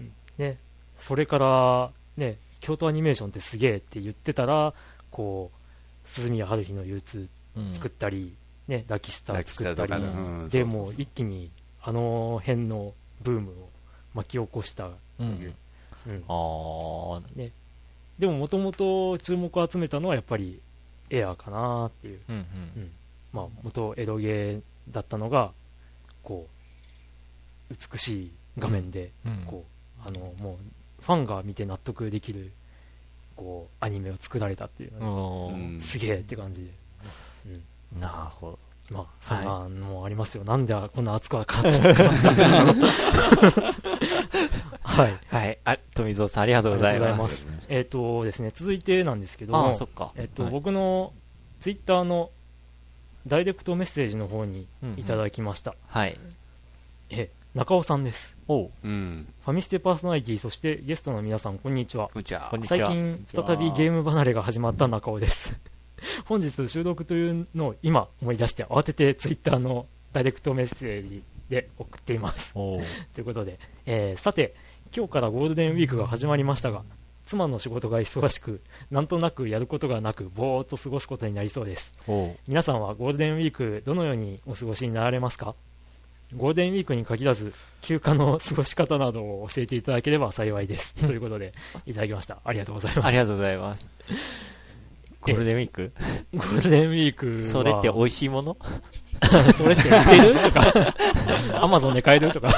ね、それからね京都アニメーションってすげえって言ってたらこう鈴宮春日の憂鬱作ったり、うん、ねラキスター作ったり、うん、でもう一気にあの辺のブームを巻き起こしたという、うんうん、あね。でももともと注目を集めたのはやっぱりエアーかなっていう、うんうんうん、まあ元エロゲーだったのがこう美しい画面で、うん、こうあのもうファンが見て納得できるこうアニメを作られたっていうのが、ね、すげえって感じで、 うん、なるほど。 まあそんなのもありますよ、はい、なんでこんな熱くはかかっちゃったはいはい、あ富蔵さんありがとうございます。 えっ、ー、とですね続いてなんですけども、 あそっか、 えっ、ー、と、はい、僕のツイッターのダイレクトメッセージの方にいただきました、うんうん、はいえ中尾さんです。おう、うん、ファミステパーソナリティそしてゲストの皆さんこんにちは。こんにちは。最近再びゲーム離れが始まった中尾です本日収録というのを今思い出して慌ててツイッターのダイレクトメッセージで送っていますということで、えー、さて今日からゴールデンウィークが始まりましたが妻の仕事が忙しくなんとなくやることがなくぼーっと過ごすことになりそうです。皆さんはゴールデンウィークどのようにお過ごしになられますか？ゴールデンウィークに限らず休暇の過ごし方などを教えていただければ幸いですということでいただきました。ありがとうございます。 ありがとうございます。ゴールデンウィークゴールデンウィークそれって美味しいものそれって売ってるとかアマゾンで買えるとか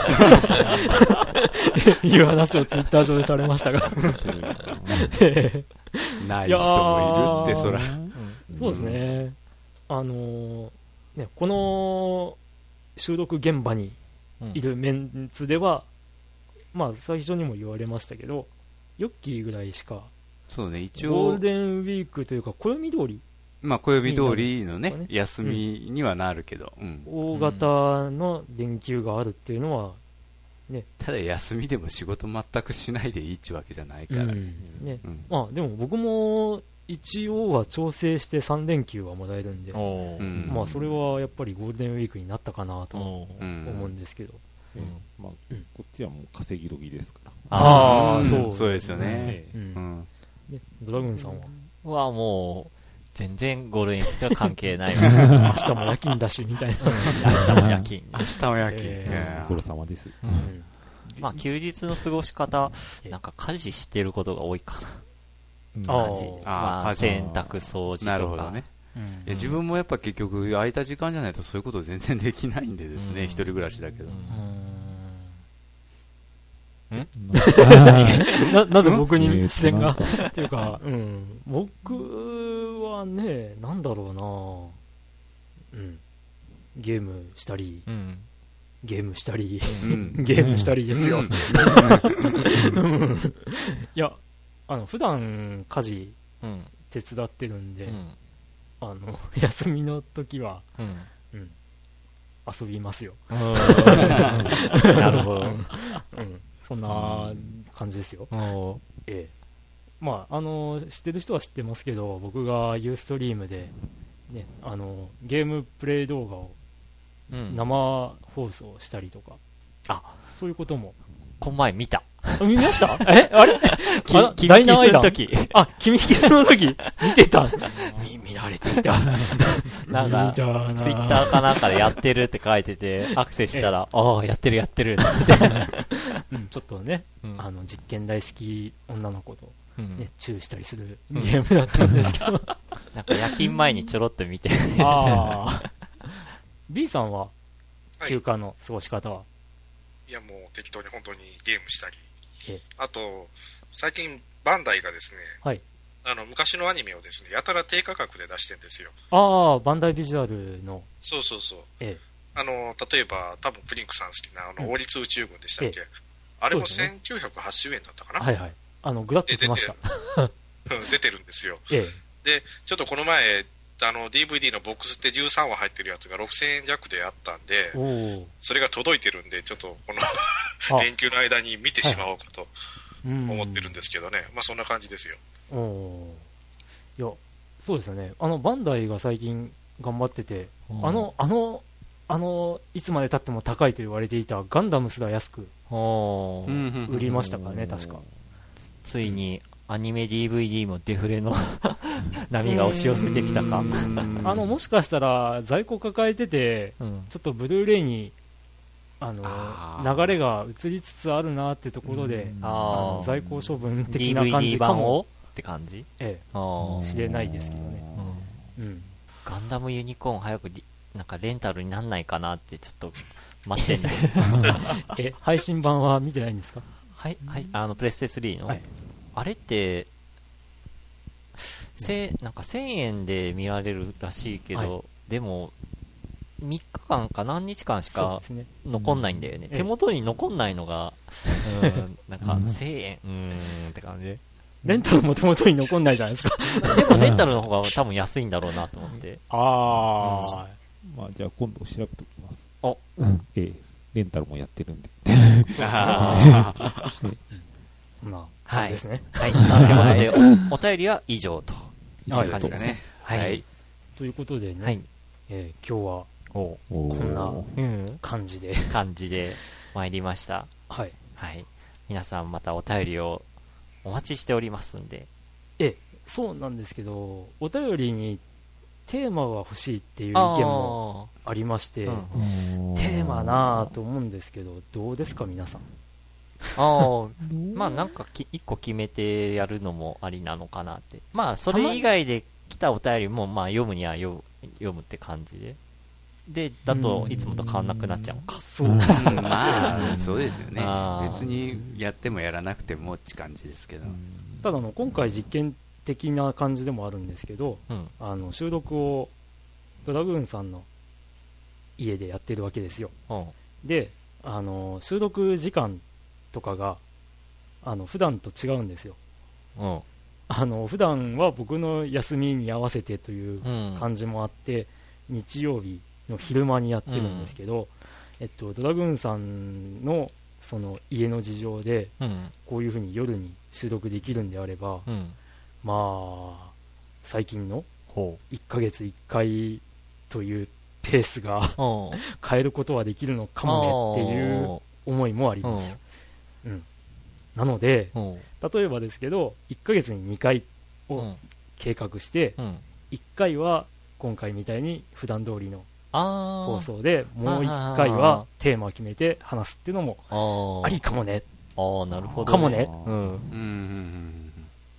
いう話をツイッター上でされましたがない人もいるってそら、うん、 そうですね、あのー、ねこの収録現場にいるメンツでは、うん、まあ最初にも言われましたけどヨッキーぐらいしかそうね一応ゴールデンウィークというか暦通りまあ暦通りのね休みにはなるけど、うん、 大型の連休があるっていうのはね、 ただ休みでも仕事全くしないでいいってわけじゃないからね、うんねうん、まあでも僕も一応は調整してさん連休はもらえるんで、うん、まあそれはやっぱりゴールデンウィークになったかなと思うんですけど、 うんうんまあうん、こっちはもう稼ぎ時ですから。 ああ、そう、そうですよね。 うんうんね、ドラグーンさんははもう全然ゴールデンウィークとは関係ない明日も夜勤だしみたいな明日も夜勤明日も夜勤、 えー、ご苦労様です、 うんまあ休日の過ごし方なんか家事してることが多いかな、うん、感じ、あ、まあ、洗濯掃除とか、ね、 いや自分もやっぱ結局空いた時間じゃないとそういうこと全然できないんでですね、一人暮らしだけど。 んな, なぜ僕に視点がっていうか、うん、僕はね、なんだろうな、うん、ゲームしたり、うん、ゲームしたり、うん、ゲームしたりですよ。うん、いや、あの普段家事手伝ってるんで、うん、あの休みの時は、うんうん、遊びますよ。なるほど。うんそんな感じですよ。ええ、まああの知ってる人は知ってますけど、僕がユーストリームで、ね、あのゲームプレイ動画を生放送したりとか、 うん、あ、 そういうこともこの前見た。 見ました？え、あれ？ 君キスの時。 あ、君キスの時見てた。見、見られていた。 なんか、ツイッターかなんかでやってるって書いてて、アクセスしたら、ああ、やってるやってるって。 うん、ちょっとね、うん、あの、実験大好き女の子と、ね、うん、チューしたりするゲームだったんですけど。なんか夜勤前にちょろっと見て。 ああ。B さんは、休暇の過ごし方は、はい、 いやもう適当に本当にゲームしたり、あと最近バンダイがですね、はい、あの昔のアニメをですねやたら低価格で出してるんですよ。 ああ、バンダイビジュアルの。 そうそうそう、ええ、あの例えば多分プリンクさん好きなあの、うん、王立宇宙軍でしたっけ、ええ、あれもせんきゅうひゃくはちじゅうえんだったかな。 はいはい、あのグラッと出ました。 出てるんですよ、ええ、でちょっとこの前あの ディーブイディー のボックスってじゅうさんわ入ってるやつがろくせんえん弱であったんで、それが届いてるんでちょっとこの連休の間に見てしまおうかと思ってるんですけどね、まあそんな感じですよ。 おいや、そうですよね。あのバンダイが最近頑張ってて、あのあのあのいつまで経っても高いと言われていたガンダムすら安く売りましたからね、確か。 ついにアニメ ディーブイディー もデフレの波が押し寄せてきたか。あのもしかしたら在庫抱えてて、うん、ちょっとブルーレイにあのあ流れが移りつつあるなってところで、あの在庫処分的な感じかもって感じ、 ええ、しれないですけどね、 うんうん、ガンダムユニコーン早くなんかレンタルになんないかなってちょっと待ってんだけどえ配信版は見てないんですか？ はい、はい、あのプレステスリーの、はい、あれってせなんかせんえんで見られるらしいけど、はい、でもみっかかんか何日間しか残んないんだよね、うん、手元に残んないのが、うん、なんかせんえんうーんって感じで、 レンタルも手元に残んないじゃないですかでもレンタルの方が多分安いんだろうなと思ってああ、 うん、まあじゃあ今度調べておきます。 おええ、レンタルもやってるんでああまあ感じですね。 はい。ということで、お便りは以上という感じですね。 はい。ということでね、はい、えー、今日はこんな感じで感じで参りました。 はい。 はい。皆さんまたお便りをお待ちしておりますんで。 ええ、そうなんですけど、お便りにテーマが欲しいっていう意見もありまして、うん、テーマなぁと思うんですけど、どうですか皆さん。 ああ、まあなんかき一個決めてやるのもありなのかなって。まあそれ以外で来たお便りもまあ読むには読む、読むって感じで。で、だといつもと変わんなくなっちゃうか。 そうですね。まあ、そうですよね。別にやってもやらなくてもって感じですけど。 ただの今回実験的な感じでもあるんですけど、うん、あの収録をドラグーンさんの家でやってるわけですよ。うん、で、あの収録時間とかがあの普段と違うんですよ。うん、あの普段は僕の休みに合わせてという感じもあって、うん、日曜日の昼間にやってるんですけど、うん、えっと、ドラグーンさんのその家の事情で、うん、こういう風に夜に収録できるんであれば、うん、まあ最近のいっかげついっかいというペースが変えることはできるのかもねっていう思いもあります。うん、なので例えばですけどいっかげつににかいを計画して、うん、いっかいは今回みたいに普段通りの放送でもういっかいはテーマを決めて話すっていうのもありかもね。 ああ、なるほど。 かもね。 うん。うん。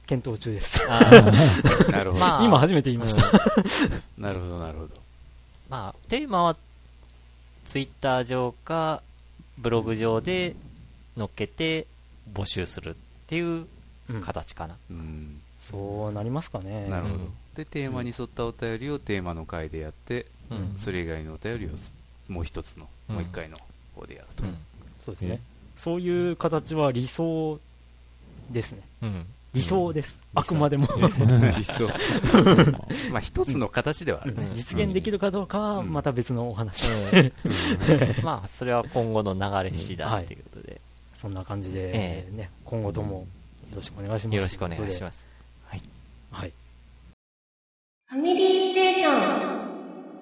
検討中です。 なるほど。まあ、今初めて言いました。 うん、なるほど、なるほど。 まあ、テーマは、ツイッター上か、ブログ上で載っけて募集するっていう形かな。 うんうん、そうなりますかね。 なるほど。で、テーマに沿ったお便りをテーマの回でやって、うん、それ以外のお便りをもう一つの、うん、もう一回の方でやると。うん、 そうですね。そういう形は理想ですね。うん理想です、うん、あくまでも理想まあ一つの形ではあるね、 うん、実現できるかどうかはまた別のお話、うんうんまあそれは今後の流れ次第ということで、うんはい、 そんな感じで、ねえー、今後ともよろしくお願いします。 よろしくお願いします。 はい、はい、 ファミリーステーション。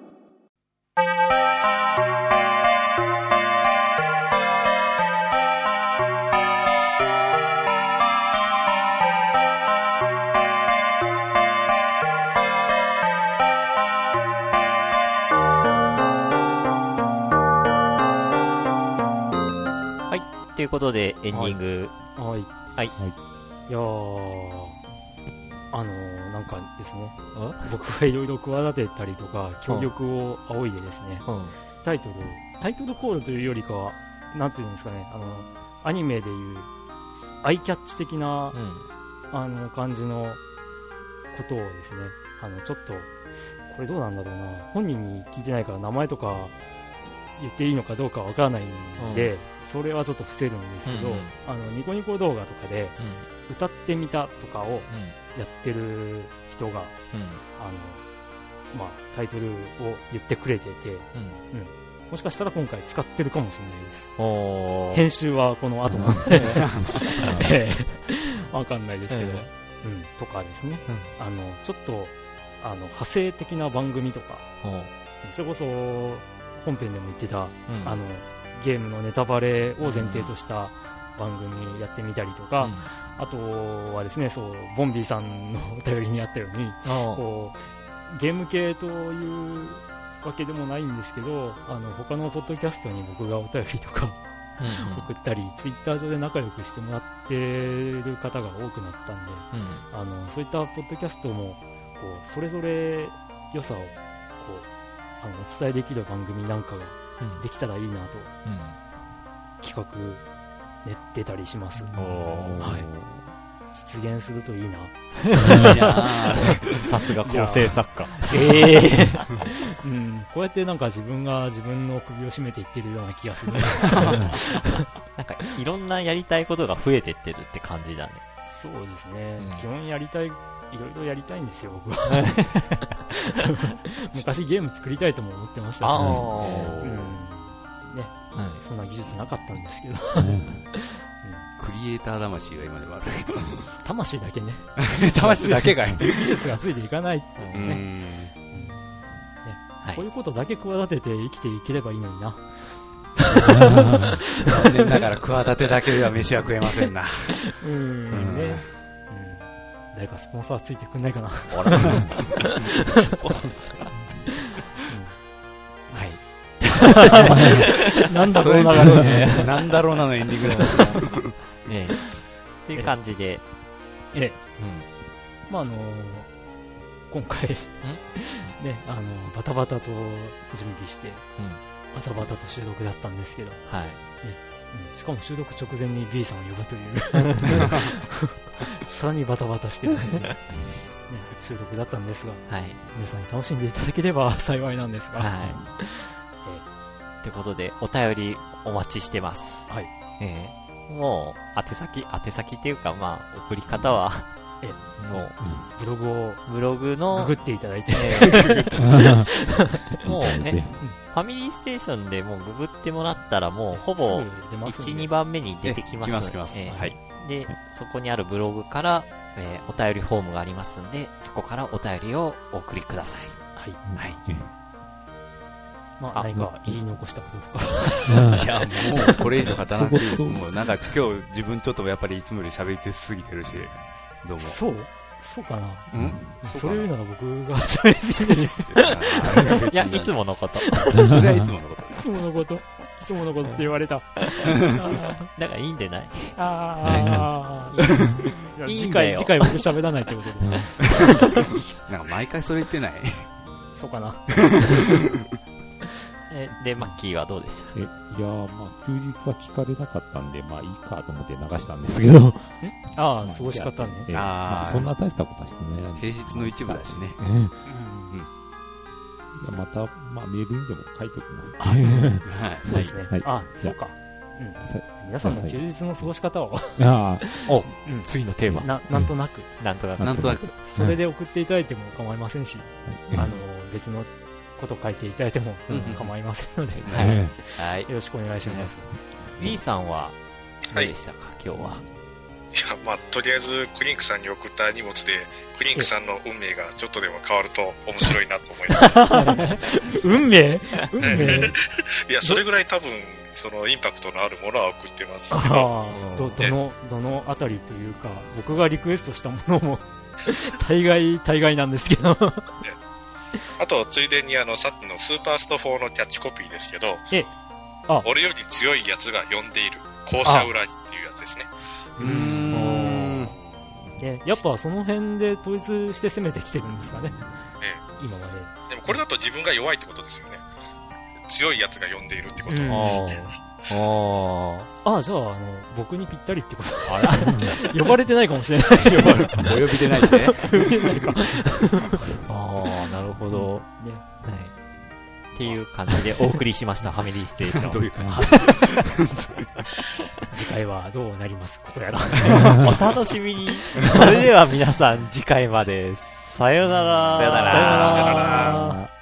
ということでエンディングはい、 はい、はい、 いやーあのー、なんかですね僕がいろいろ企てたりとか協力を仰いでですね、うん、タイトルタイトルコールというよりかはなんていうんですかね、あのアニメでいうアイキャッチ的な、うん、あの感じのことをですね、あのちょっとこれどうなんだろうな、本人に聞いてないから名前とか言っていいのかどうかわからないんで、うん、それはちょっと伏せるんですけど、うんうん、あのニコニコ動画とかで、うん、歌ってみたとかをやってる人が、うん、あのまあ、タイトルを言ってくれてて、うんうん、もしかしたら今回使ってるかもしれないです。お編集はこの後なんで、えー、わかんないですけど、えーうん、とかですね、うん、あのちょっとあの派生的な番組とか、それこそ本編でも言ってた、うん、あのゲームのネタバレを前提とした番組やってみたりとか、うん、あとはですね、そうボンビーさんのお便りにあったように、こうゲーム系というわけでもないんですけど、あの他のポッドキャストに僕がお便りとか送ったり、ツイッター上で仲良くしてもらってる方が多くなったんで、うん、あのそういったポッドキャストもこうそれぞれ良さをこうあのお伝えできる番組なんかができたらいいなと、うん、企画練ってたりします。はい、実現するといいな。 いやさすが構成作家。 ええーうん、こうやってなんか自分が自分の首を絞めていってるような気がする。 なんかいろんなやりたいことが増えてってるって感じだね。 そうですね、うん、基本やりたい、いろいろやりたいんですよ僕は。昔ゲーム作りたいとも思ってましたし、ね、うんね、はい、そんな技術なかったんですけど、うん、 クリエイター魂が今でもある。 魂だけね。 魂だけが技術がついていかないっていうね、うん、ね、はい、こういうことだけ企てて生きていければいいのにな。 残念ながら企てだけでは飯は食えませんな。 うん、うん、ね、うん、誰かスポンサーついてくんないかな。スポンサー、はい。なんだろうなのね。 なんだろうなのエンディングだね。っていう感じで、 ええ、うん、まああのー、今回ね、あのー、バタバタと準備して、うん、バタバタと収録だったんですけど、はい、ね、うん、しかも収録直前に B さんを呼ぶというさらにバタバタしてる、ね、収録だったんですが、はい、皆さんに楽しんでいただければ幸いなんですが、はい、 ということでお便りお待ちしてます。はい、えー、もう宛先宛先っていうか、まあ送り方は、えもう、 うん、ブログをブログのググっていただいて、えー、もうね、うん、ファミリーステーションでもうググってもらったらもうほぼいち、にばんめに出てきます。 来ます来ます。 えー、はい。で、そこにあるブログから、えー、お便りフォームがありますんで、そこからお便りをお送りください。はい。はい。うん、 まあ、何か言い残したこととか。いや、もうこれ以上語らなくていいです。もうなんか今日自分ちょっとやっぱりいつもより喋りすぎてるし、どうも。 そうそうかな、うん、それ言うなら僕が喋りすぎてる。 いや、いつものこと。 それはいつものこと。 いつものこと。いつものことって言われた。 だからいいんでない。 ああ。 いい次回、次回僕喋らないってことで。 なんか毎回それ言ってない？ そうかな。 え、で、マッキーはどうでした？ え、いやー、まあ、休日は聞かれなかったんで、まあいいかと思って流したんですけど。 ああ、過ごし方ね。 えー、まあ、そんな大したことはしてない。 平日の一部だしね。うん。 うん。また、まあ、メールにでも書いておきます。 はい。そうですね。はい。あ、そうか。うん。皆さんの休日の過ごし方を。 ああ。お、次のテーマ。 な、なんとなく。 なんとなく。 なんとなく。 それで送っていただいても構いませんし、あの、別のこと書いていただいても構いませんので、はい。よろしくお願いします。 リーさんは、どうでしたか、今日は。 いや、まあ、とりあえず、クリンクさんに送った荷物で、クリンクさんの運命がちょっとでも変わると面白いなと思います。 運命運命いや、それぐらい多分、そのインパクトのあるものは送ってますけど。ど、どの、どのあたりというか、僕がリクエストしたものも、大概、大概なんですけど。 あと、ついでにあの、さっきのスーパーストフォーのキャッチコピーですけど、あ俺より強いやつが呼んでいる、校舎裏にっていうやつですね。 うーん。ね、やっぱその辺で統一して攻めてきてるんですかね。ええ。今まで。 でもこれだと自分が弱いってことですよね。強いやつが呼んでいるってこと。 ああ。あ、じゃあ、あの、僕にぴったりってこと。あら呼ばれてないかもしれない。 呼ばれお呼びでないね。 呼びでないか。 ああ、なるほど。ね。はい。っていう感じでお送りしましたファミリーステーション。 どういう感じ？ 次回はどうなりますことやら。 お楽しみに。それでは皆さん次回まで。さよなら。 さよなら。 さよなら。